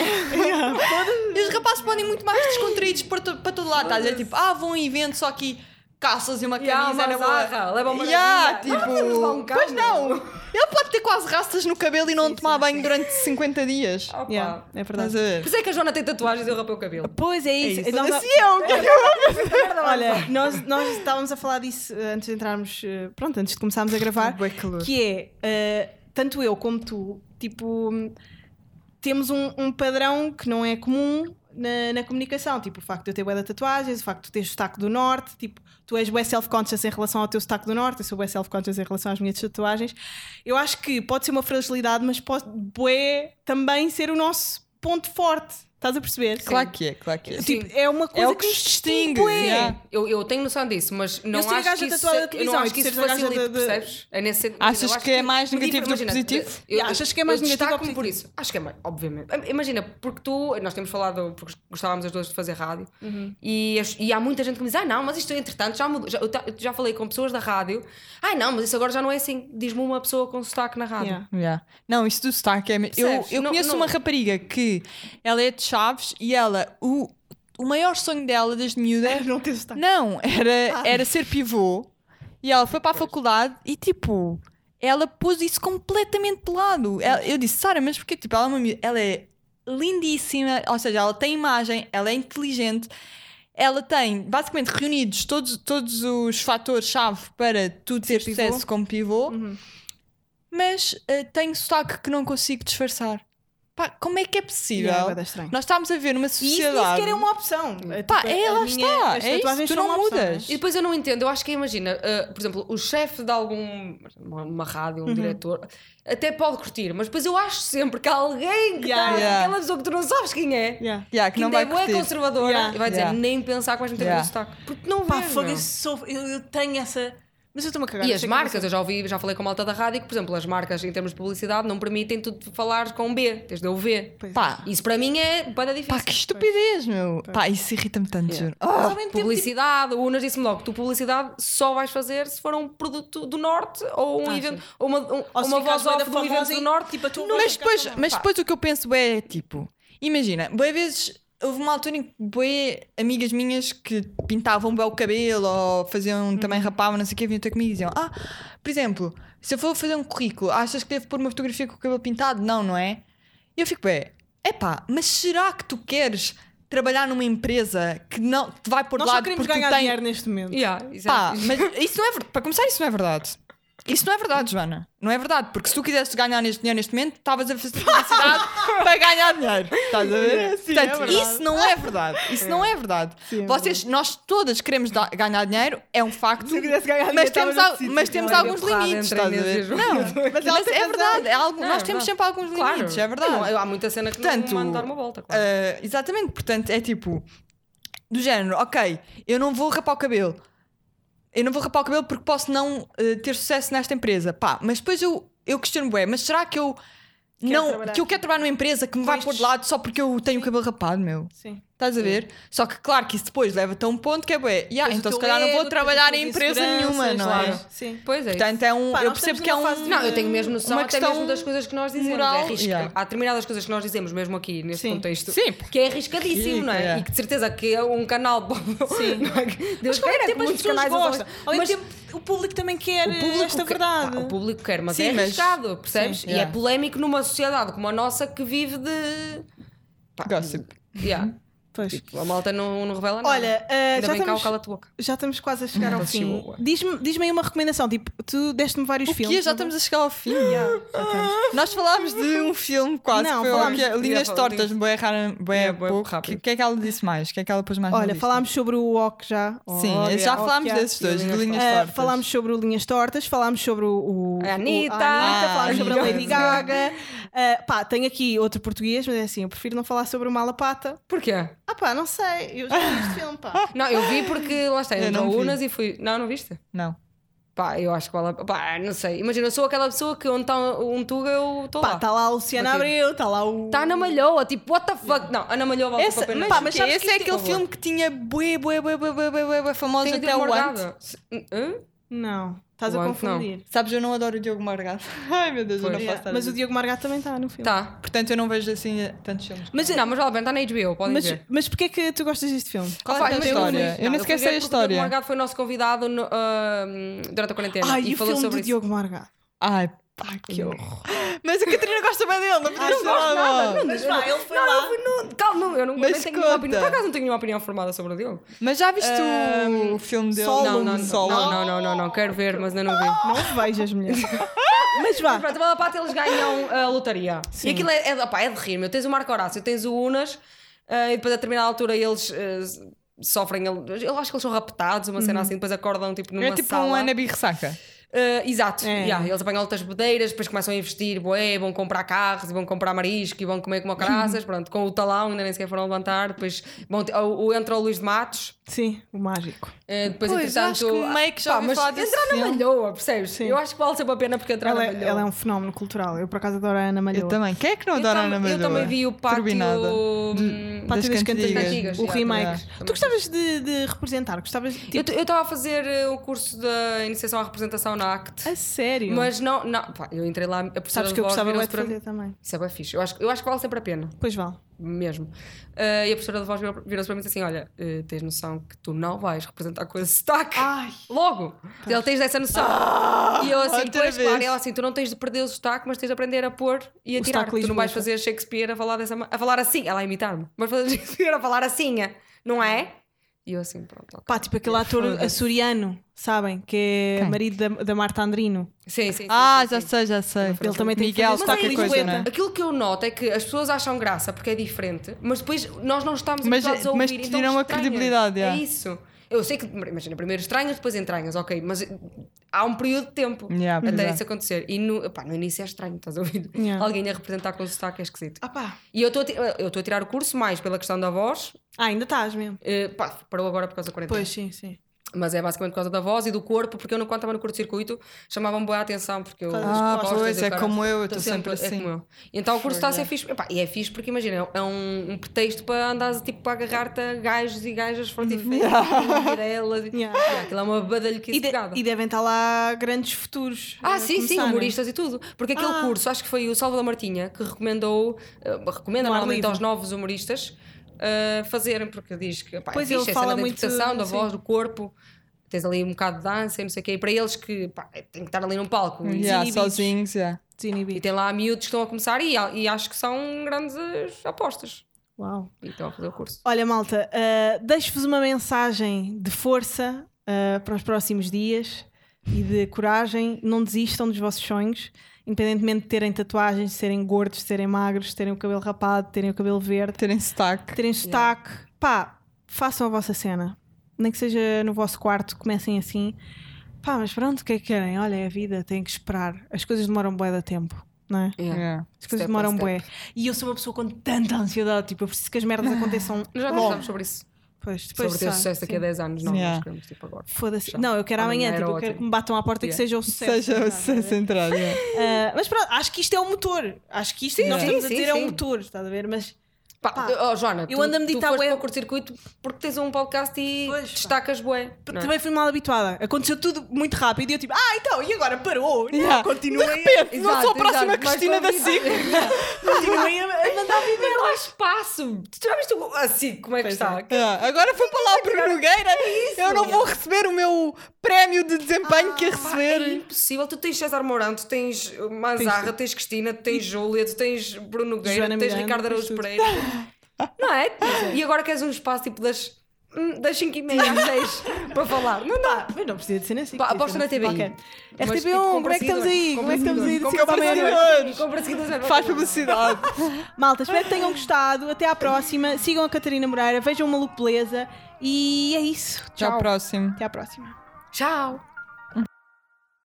C: e os rapazes podem ir muito mais descontraídos para, to- para todo lado, estás a dizer, tipo, ah, vão a um evento só aqui calças e uma
D: Yeah,
C: camisa
D: uma
C: na boa.
D: zarra, leva uma
C: Yeah,
D: maravilha.
C: tipo,
D: Não, temos lá um
C: pois
D: cano.
C: não. Ele pode ter quase rastas no cabelo e não tomar banho durante cinquenta dias.
D: Opa.
B: Yeah, é
C: Estás
B: verdade.
C: a ver?
D: Por isso é que a Joana tem tatuagens e eu rapei o cabelo.
B: Pois é
C: É
B: isso.
C: isso.
B: Nós-
C: Assim eu, o que é que eu
B: Olha, nós, nós estávamos a falar disso eh, antes de entrarmos, eh, pronto, antes de começarmos a gravar,
C: Bué calor.
B: que é, eh, tanto eu como tu, tipo, hum, temos um, um padrão que não é comum na, na comunicação, tipo, o facto de eu ter bué de tatuagens, o facto de tu teres sotaque do norte, tipo, tu és bué self-conscious em relação ao teu sotaque do norte, eu sou bué self-conscious em relação às minhas tatuagens. Eu acho que pode ser uma fragilidade, mas pode bué também ser o nosso ponto forte, estás a perceber?
C: Claro que é, claro que é.
B: Tipo, é uma coisa
C: É o que
B: nos
C: se distingue,
B: bué.
C: yeah.
D: Eu, eu tenho noção disso, mas não
B: ser a
D: acho
B: gaja
D: que isso,
B: tatuada da
D: eu
B: televisão
D: não
B: e
D: acho que
B: tu
D: isso
B: seres a gaja
D: facilite,
B: da- da-
D: percebes? É nesse sentido.
C: Achas
D: Eu acho
C: que é mais negativo do que
D: imagina,
C: positivo?
D: eu-
B: Yeah, achas que é mais
D: eu
B: negativo ou
D: destaco-me por isso. Acho que é mais, obviamente. Imagina, porque tu, nós temos falado, porque gostávamos as duas de fazer rádio,
B: Uhum.
D: e, as- e há muita gente que me diz: ah, não, mas isto entretanto já mudou. Já, eu, ta- eu já falei com pessoas da rádio, ai não, mas isso agora já não é assim. Diz-me uma pessoa com sotaque na rádio.
B: Yeah.
C: Yeah. Não, isso do sotaque é. me- Eu,
D: Percebes?
C: eu
D: Não-
C: conheço
D: não-
C: uma rapariga que ela é de chaves e ela, o, o maior sonho dela desde miúda,
B: Não tens sotaque.
C: não, era, era ser pivô. E ela foi para a faculdade e tipo, ela pôs isso completamente de lado. Ela- eu disse, Sara, mas porquê? Tipo, ela é uma miúda- ela é lindíssima, ou seja, ela tem imagem, ela é inteligente, ela tem basicamente reunidos todos, todos os fatores-chave para tu ter
B: pivô.
C: sucesso como pivô,
B: Uhum.
C: mas eh, tem sotaque que não consigo disfarçar. Pá, como é que é possível?
B: Yeah, é bué estranho.
C: Nós estamos a ver numa
B: E isso
C: sociedade.
B: nem sequer é uma opção. É,
C: Pá,
B: tipo,
C: é,
B: a
C: lá
B: minha-
C: está,
B: as
C: é
B: tatuagens
C: isso, tu
B: são
C: não
B: uma opção,
C: mudas.
B: né?
D: E depois eu não entendo, eu acho que imagina, uh, por exemplo, o chefe de algum uma, uma rádio, um diretor, até pode curtir, mas depois eu acho sempre que há alguém que
B: Yeah,
D: tá,
C: yeah.
D: aquela pessoa que tu não sabes quem é,
B: Yeah.
C: Yeah, que
D: que
C: não
D: ainda
C: vai
D: é bué
C: curtir.
D: conservadora
B: Yeah.
D: e vai dizer
C: Yeah.
D: nem pensar que vais meter
C: Yeah.
D: o sotaque, porque não
B: Pá,
D: vês,
B: fogo,
D: meu.
B: eu, sou- eu, eu tenho essa. Mas eu estou-me a cagar.
D: E
B: eu
D: as
B: sei que
D: marcas,
B: você-
D: eu já ouvi, já falei com a malta da rádio que, por exemplo, as marcas em termos de publicidade não permitem tu falares com B, tens de o V.
B: Pois é.
C: Pá,
D: Isso para mim é bem difícil.
C: pá, que estupidez, meu. Pá, isso irrita-me tanto,
D: Yeah.
C: juro.
B: Mas
C: Ah,
B: ao mesmo tempo,
D: Publicidade, o Unas disse-me logo: tu publicidade só vais fazer se for um produto do Norte ou um
B: Ah,
D: evento,
B: sim.
D: ou uma, um-
B: tipo, ou se
D: uma
B: ficares
D: voz
B: bué
D: off
B: da
D: de um evento
B: famosa
D: do
B: e,
D: Norte.
B: tipo, a tua
C: mas
B: voz
C: depois,
B: fica
C: mas
B: toda-
C: depois o que eu penso é tipo, imagina, boas vezes houve uma altura em que bué amigas minhas que pintavam bem o cabelo ou faziam também rapavam, não sei o que, vinham ter comigo e diziam: Ah, por exemplo, se eu for fazer um currículo, achas que devo pôr uma fotografia com o cabelo pintado? Não, não é? E eu fico bem, epá, mas será que tu queres trabalhar numa empresa que não te vai pôr de
B: Nós só
C: lado
B: queremos
C: porque
B: ganhar
C: tu tens.
B: dinheiro neste momento.
D: Yeah, isso é-
C: Pá, mas isso não é verdade. Para começar, isso não é verdade. Isso não é verdade, Joana. Não é verdade. Porque se tu quisesse ganhar neste dinheiro neste momento, estavas a fazer publicidade para ganhar dinheiro. Estás a ver?
B: Sim,
C: Portanto,
B: é verdade.
C: isso não é verdade. Isso não é verdade.
B: Sim, é
C: Vocês, nós todas queremos da- ganhar dinheiro, é um facto.
B: Se eu quisesse ganhar
C: Mas
B: dinheiro,
C: temos,
B: estava
C: al-
B: no sítio.
C: mas temos
D: Não é
C: alguns
D: porrada
C: limites,
D: entre
C: estás a
D: Inês e
C: ver?
D: João.
C: Não,
B: Mas
C: mas,
B: ela tem
C: é
B: razão.
C: verdade. É algo,
D: Não,
C: nós
D: é
C: temos
D: verdade.
C: sempre alguns
D: Claro.
C: limites, é verdade.
D: Não, há muita cena que
C: Portanto,
D: não manda dar uma volta, claro.
C: Uh, exatamente, portanto, é tipo do género, ok, eu não vou rapar o cabelo, eu não vou rapar o cabelo porque posso não uh, ter sucesso nesta empresa, pá, mas depois eu, eu questiono, bué, mas será que eu
B: Quero
C: não,
B: trabalhar
C: que eu quero trabalhar numa empresa que me vai
B: Pois.
C: pôr de lado só porque eu tenho o cabelo rapado, meu?
B: Sim.
C: Estás a ver? Só que claro que isso depois leva-te a um ponto que é bué, yeah,
B: Depois o
C: então se
B: teu
C: calhar não vou
B: ego,
C: trabalhar
B: depois
C: em
B: as
C: empresa nenhuma,
B: inseguranças,
C: não
B: claro.
C: é?
B: Sim.
D: Pois é.
C: Portanto, é um,
B: Pá,
C: eu
B: nós
C: percebo
B: estamos
C: que é
B: numa
C: um...
B: fase de-
D: Não, eu tenho mesmo noção
C: uma
D: até
C: questão
D: mesmo das coisas que nós dizemos.
C: moral,
D: É arrisca-
C: yeah.
D: Há determinadas coisas que nós dizemos mesmo aqui neste
B: Sim.
D: contexto
C: Sim.
D: que é arriscadíssimo, não é?
C: Yeah.
D: E que de certeza que é um canal
B: Sim.
D: não é? que Deus
B: Mas ao mesmo
D: queira que
B: tempo as
D: muitos
B: pessoas
D: canais
B: gostam. Ao mesmo
D: mas
B: tempo o público também quer
D: o público
B: esta
D: quer-
B: verdade.
D: pá, o público quer, mas
C: Sim,
D: é
C: mas-
D: arriscado, percebes?
B: Sim.
D: E
C: Yeah.
D: é polémico numa sociedade como a nossa que vive de. Pá,
C: Gossip.
D: yeah.
B: Pois.
D: Tipo, a malta não, não revela nada.
B: Olha, uh,
D: Ainda
B: já,
D: bem cá o
B: estamos,
D: cala-te boca.
B: já estamos quase a chegar ao
D: Não,
B: fim.
D: chegou.
B: Diz-me diz aí uma recomendação. Tipo, tu deste-me vários
C: O
B: filmes.
C: quê? Já estamos a chegar ao fim. Nós falámos de um filme quase,
B: Não,
C: que foi
B: falámos-
C: o que é, Linhas
D: Yeah,
C: Tortas, bué rara- bué
D: Yeah, bué
C: pouco. O
D: rápido.
C: que, que é que ela disse mais? O que é que ela pôs mais na
B: Olha,
C: lista?
B: falámos sobre o O C já.
C: Sim,
B: Olha,
C: já
B: O C
C: falámos
B: já.
C: desses dois, de
D: Linhas
C: Linhas
B: Uh,
C: Tortas.
B: falámos sobre o Linhas Tortas, falámos sobre o, o
D: A Anitta.
B: o- a Anitta,
C: Ah,
B: falámos sobre a
C: Anitta.
B: Lady Gaga. Uh, pá, tenho aqui outro português, mas é assim, eu prefiro não falar sobre o Malapata.
D: Porquê?
B: Ah pá, não sei, eu já vi este filme, pá.
D: Não, eu vi porque lá está,
C: Eu
D: entrou
C: não vi.
D: Unas e fui. Não, não viste?
C: Não.
D: Pá, eu acho que vale a pá, não sei. Imagina, eu sou aquela pessoa que onde está um Tuga eu estou
B: Pá,
D: lá.
B: está lá a Luciana
D: Aqui.
B: Abreu, está lá o.
D: Está na Malhoa, tipo, what the fuck? Não, Ana Malhoa vale
C: Esse,
D: a pena.
C: mas,
B: Pá, mas
C: porquê?
B: sabes
C: esse
B: que
C: é
B: isto-
C: aquele
D: por
C: filme
D: favor.
C: que tinha bué, bué, bué, bué, bué, bué, bué, bué famosos
D: Tem o
C: até
D: Diogo
C: o Ant.
D: Morgado. Hã?
B: Não, estás a
D: O Ant, não.
B: confundir.
C: Sabes, eu não adoro o Diogo Morgado. Ai meu Deus, eu não
D: Pois.
C: posso estar a
B: Mas o
C: dizer.
B: Diogo Margato também está no filme.
D: Tá.
C: Portanto, eu não vejo assim tantos filmes.
B: Mas,
D: Não, mas vale a pena, está na H B O, podem
B: mas,
D: ver.
B: mas porquê é que tu gostas deste filme?
C: Qual
D: Pá,
C: é a tua
D: eu não vi.
C: história? Eu
D: Não,
C: nem sequer
D: fui ver
C: sei a
D: porque O Diogo
C: história.
D: Morgado foi nosso convidado no, ah, durante a quarentena.
B: Ai,
D: e
B: e o
D: falou
B: filme
D: sobre
B: do
D: isso.
B: Diogo Margato.
C: Ai, pá, que horror. Mas a Catarina gosta bem dele, não podia
B: não
C: ser
B: gosto
C: nada.
B: Mas vá, ele foi
D: Não,
B: lá.
D: não, fui no... Calma, não, eu não
C: Mas
D: nem tenho nenhuma
C: conta.
D: opinião. Por acaso não tenho nenhuma opinião formada sobre o Diogo.
C: Mas já viste
B: Ahm,
C: o filme dele?
B: Solo.
D: Não, não,
C: Solo.
D: não, não, não, não, não, quero ver, mas ainda não vi.
B: Não vejas, mulher. Mas vá.
D: Pronto, a Pata eles ganham a lotaria.
B: Sim.
D: E aquilo é, é, opá, é de rir, meu. Tens o Marco Horácio, tens o Unas, ah, e depois a determinada altura eles ah, sofrem. Eu acho que eles são raptados, uma cena assim, depois acordam tipo numa
C: É tipo
D: sala.
C: um Ana B. Ressaca.
D: Uh, exato,
B: É.
D: yeah, eles apanham outras bodeiras, depois começam a investir, bué, vão comprar carros, e vão comprar marisco e vão comer como caraças, pronto, com o talão ainda nem sequer foram levantar, depois vão, o, o, entra o Luís de Matos,
B: Sim, o mágico.
D: uh, depois
C: Pois,
D: entretanto,
C: acho que meio que já
D: pá,
C: ouvi
D: mas
C: falar desse
D: entrar na
C: filme.
D: Malhoa, percebes?
B: Sim.
D: Eu acho que vale sempre a pena porque entrar
B: Ela,
D: na
B: é-
D: Malhoa.
B: ela é um fenómeno cultural. Eu por acaso adoro a Ana
C: Eu
B: Malhoa.
C: também. Quem é que não
D: eu,
C: adora a
D: tam-
C: Ana Malhoa?
D: eu também vi o pátio
C: Turbinada.
D: hum,
B: Pátio
C: das
B: das Cantigas,
D: Cantigas,
B: o
D: yeah,
B: remake.
C: yeah.
B: Tu gostavas de, de representar? Gostavas tipo,
D: eu estava a fazer uh, o curso da iniciação à representação na Act.
B: A sério?
D: Mas não, não pá, eu entrei lá, a professora
B: Sabes
D: de
B: que eu
D: voz
B: gostava
D: virou-se
B: bué de
D: para
B: fazer
D: mim.
B: também.
D: Isso é bem fixe. Eu acho, eu acho que vale sempre a pena.
B: Pois vale.
D: Mesmo. Uh, e a professora de voz virou- virou-se para mim e disse assim: olha, uh, tens noção que tu não vais representar com esse sotaque.
B: Ai.
D: Logo. Ele tens essa noção. e eu assim,
C: outra
D: pois
C: vez.
D: claro, e ela assim, tu não tens de perder o sotaque, mas tens de aprender a pôr e a
B: O
D: tirar.
B: sotaque
D: Tu não vais
B: lisboeta.
D: fazer Shakespeare a falar, dessa, ma- a falar assim, ela a imitar-me, mas fazer Shakespeare a falar assim, não é? E eu assim, pronto. Okay.
B: Pá, tipo aquele ator
C: Foda-se.
B: açoriano, sabem? Que é
C: Quem?
B: marido da, da Marta Andrino.
D: Sim, sim, sim.
C: Ah,
D: sim,
C: já
D: sim.
C: sei, já sei.
B: Ele também tem que
C: Miguel,
B: fazer
C: qualquer
B: sotaque
C: coisa,
B: lisboeta.
C: não é?
D: Aquilo que eu noto é que as pessoas acham graça porque é diferente, mas depois nós não estamos
C: Mas-
D: habituados a
C: mas
D: ouvir.
C: te
D: então
C: tiram a
D: estranhas.
C: credibilidade,
D: É
C: é.
D: isso. Eu sei que, imagina, primeiro estranhas, depois entranhas, ok, mas há um período de tempo
C: Yeah, pois
D: até
C: é.
D: isso acontecer. E no, pá, no início é estranho, estás a ouvir?
B: Yeah.
D: Alguém a representar com sotaque é esquisito.
B: Ah pá.
D: E eu estou a ti- eu estou a tirar o curso mais pela questão da voz.
B: Ah, ainda estás mesmo.
D: eh, pá, parou agora por causa da quarentena.
B: Pois, sim, sim.
D: Mas é basicamente por causa da voz e do corpo, porque eu não, quando estava no curto-circuito chamavam boa atenção, porque eu...
B: Por causa
D: as
B: das
C: Ah,
D: costas
C: pois,
D: e o
C: é
D: caralho.
C: como eu, eu
D: Estou
C: estou sempre
D: É
C: assim.
D: como eu. Então o curso está a ser fixe. Epá, e é fixe porque imagina, é um, um pretexto para andares tipo, para agarrar-te a gajos e gajas forte e feio, e elas.
B: Yeah.
D: Yeah, aquilo é uma badalhoquice
B: E, de-
D: pegada.
B: e devem estar lá grandes futuros.
D: Ah,
B: a
D: sim, sim,
B: começar, não é?
D: humoristas e tudo. Porque aquele
B: Ah.
D: curso, acho que foi o Salvador Martinha que recomendou, eh, recomenda
B: No ar
D: normalmente
B: livre.
D: aos novos humoristas eh, fazerem, porque diz que pá,
B: Pois,
D: é
B: ele
D: fixe, é
B: fala
D: cena da
B: muito,
D: interpretação, da
B: sim.
D: voz, do corpo. Tens ali um bocado de dança e não sei o quê. E para eles que pá, têm que estar ali num palco e-
C: Yeah,
B: Desinibidos.
C: sozinhos, yeah.
D: e
B: Desinibido.
D: tem lá miúdos que estão a começar e, e acho que são grandes eh, apostas.
B: Uau.
D: E estão a fazer o curso.
B: Olha, malta, uh, deixo-vos uma mensagem de força uh, para os próximos dias e de coragem. Não desistam dos vossos sonhos, independentemente de terem tatuagens, de serem gordos, de serem magros, de terem o cabelo rapado, de terem o cabelo verde,
C: Terem sotaque.
B: de terem sotaque. Pá, façam a vossa cena. Nem que seja no vosso quarto, comecem assim. Pá, mas pronto, o que é que querem? Olha, é a vida, têm que esperar. As coisas demoram bué de tempo, não é?
D: Yeah.
C: Yeah.
B: As coisas
D: Step by
B: demoram
D: step.
B: bué. E eu sou uma pessoa com tanta ansiedade, tipo, eu preciso que as merdas aconteçam
D: Nós já
B: logo.
D: conversámos sobre isso.
B: Pois, depois
D: sobre ter
B: sabe,
D: sucesso daqui a
B: sim.
D: dez anos. Não,
C: Yeah.
D: nós queremos tipo agora.
B: Foda-se.
D: Já.
B: Não, eu quero
D: Amanhã
B: amanhã,
D: era
B: tipo, eu quero
D: ótimo.
B: que me batam à porta e que
D: Yeah.
B: seja o sucesso.
C: Seja o
B: Tá,
C: sucesso
B: tá a ver?
C: entrado. yeah.
B: Ah, mas pronto, acho que isto é o motor. Acho que isto que nós
D: sim,
B: estamos a
D: sim,
B: dizer é
D: sim.
B: um motor, estás a ver? Mas
D: Pá,
B: Pá,
D: oh, Joana,
B: eu
D: tu,
B: ando a
D: tu
B: meditar
D: foste
B: bué-
D: para o curto-circuito porque tens um podcast e
B: Pois, pá.
D: destacas bué. não é?
B: também fui mal habituada. Aconteceu tudo muito rápido e eu tipo, ah, então, e agora parou? Não,
C: Yeah.
B: continuem,
C: Não sou a próxima
D: mas
C: Cristina da
D: convida-
C: SIC.
B: continuem a a mandar vir.
D: Mas não há espaço. Tu já viste o- assim como é que
B: Pois
D: está?
C: Yeah, agora foi para lá o Bruno Nogueira. Eu não vou receber o meu prémio de desempenho que ia
D: Pá,
C: receber.
D: é impossível. Tu tens César Mourão, tu tens Manzarra, tu tens Cristina, tu tens Júlia, tu tens Bruno Nogueira,
B: Joana
D: tu tens
B: Miranda,
D: Ricardo
B: tens
D: Araújo
B: tudo.
D: Pereira. Não é? E agora queres um espaço tipo das, hum, das cinco e meia às seis para falar. Não dá.
B: Mas não precisa de ser assim.
D: Pá, aposta na T V I.
B: Qualquer.
D: Mas,
B: R T B
D: tipo,
B: um,
D: compra
B: como é que estamos aí?
D: seguidores,
B: Como é que estamos aí? de
D: compra
B: cinco para a meia-noite?
C: seguidores.
D: Compra seguidores.
C: Faz publicidade.
B: Malta, espero que tenham gostado. Até à próxima. Sigam a Catarina Moreira, vejam o Maluco Beleza. E é isso.
C: Até ao
B: Tchau.
C: próximo.
B: Até à próxima.
D: Tchau.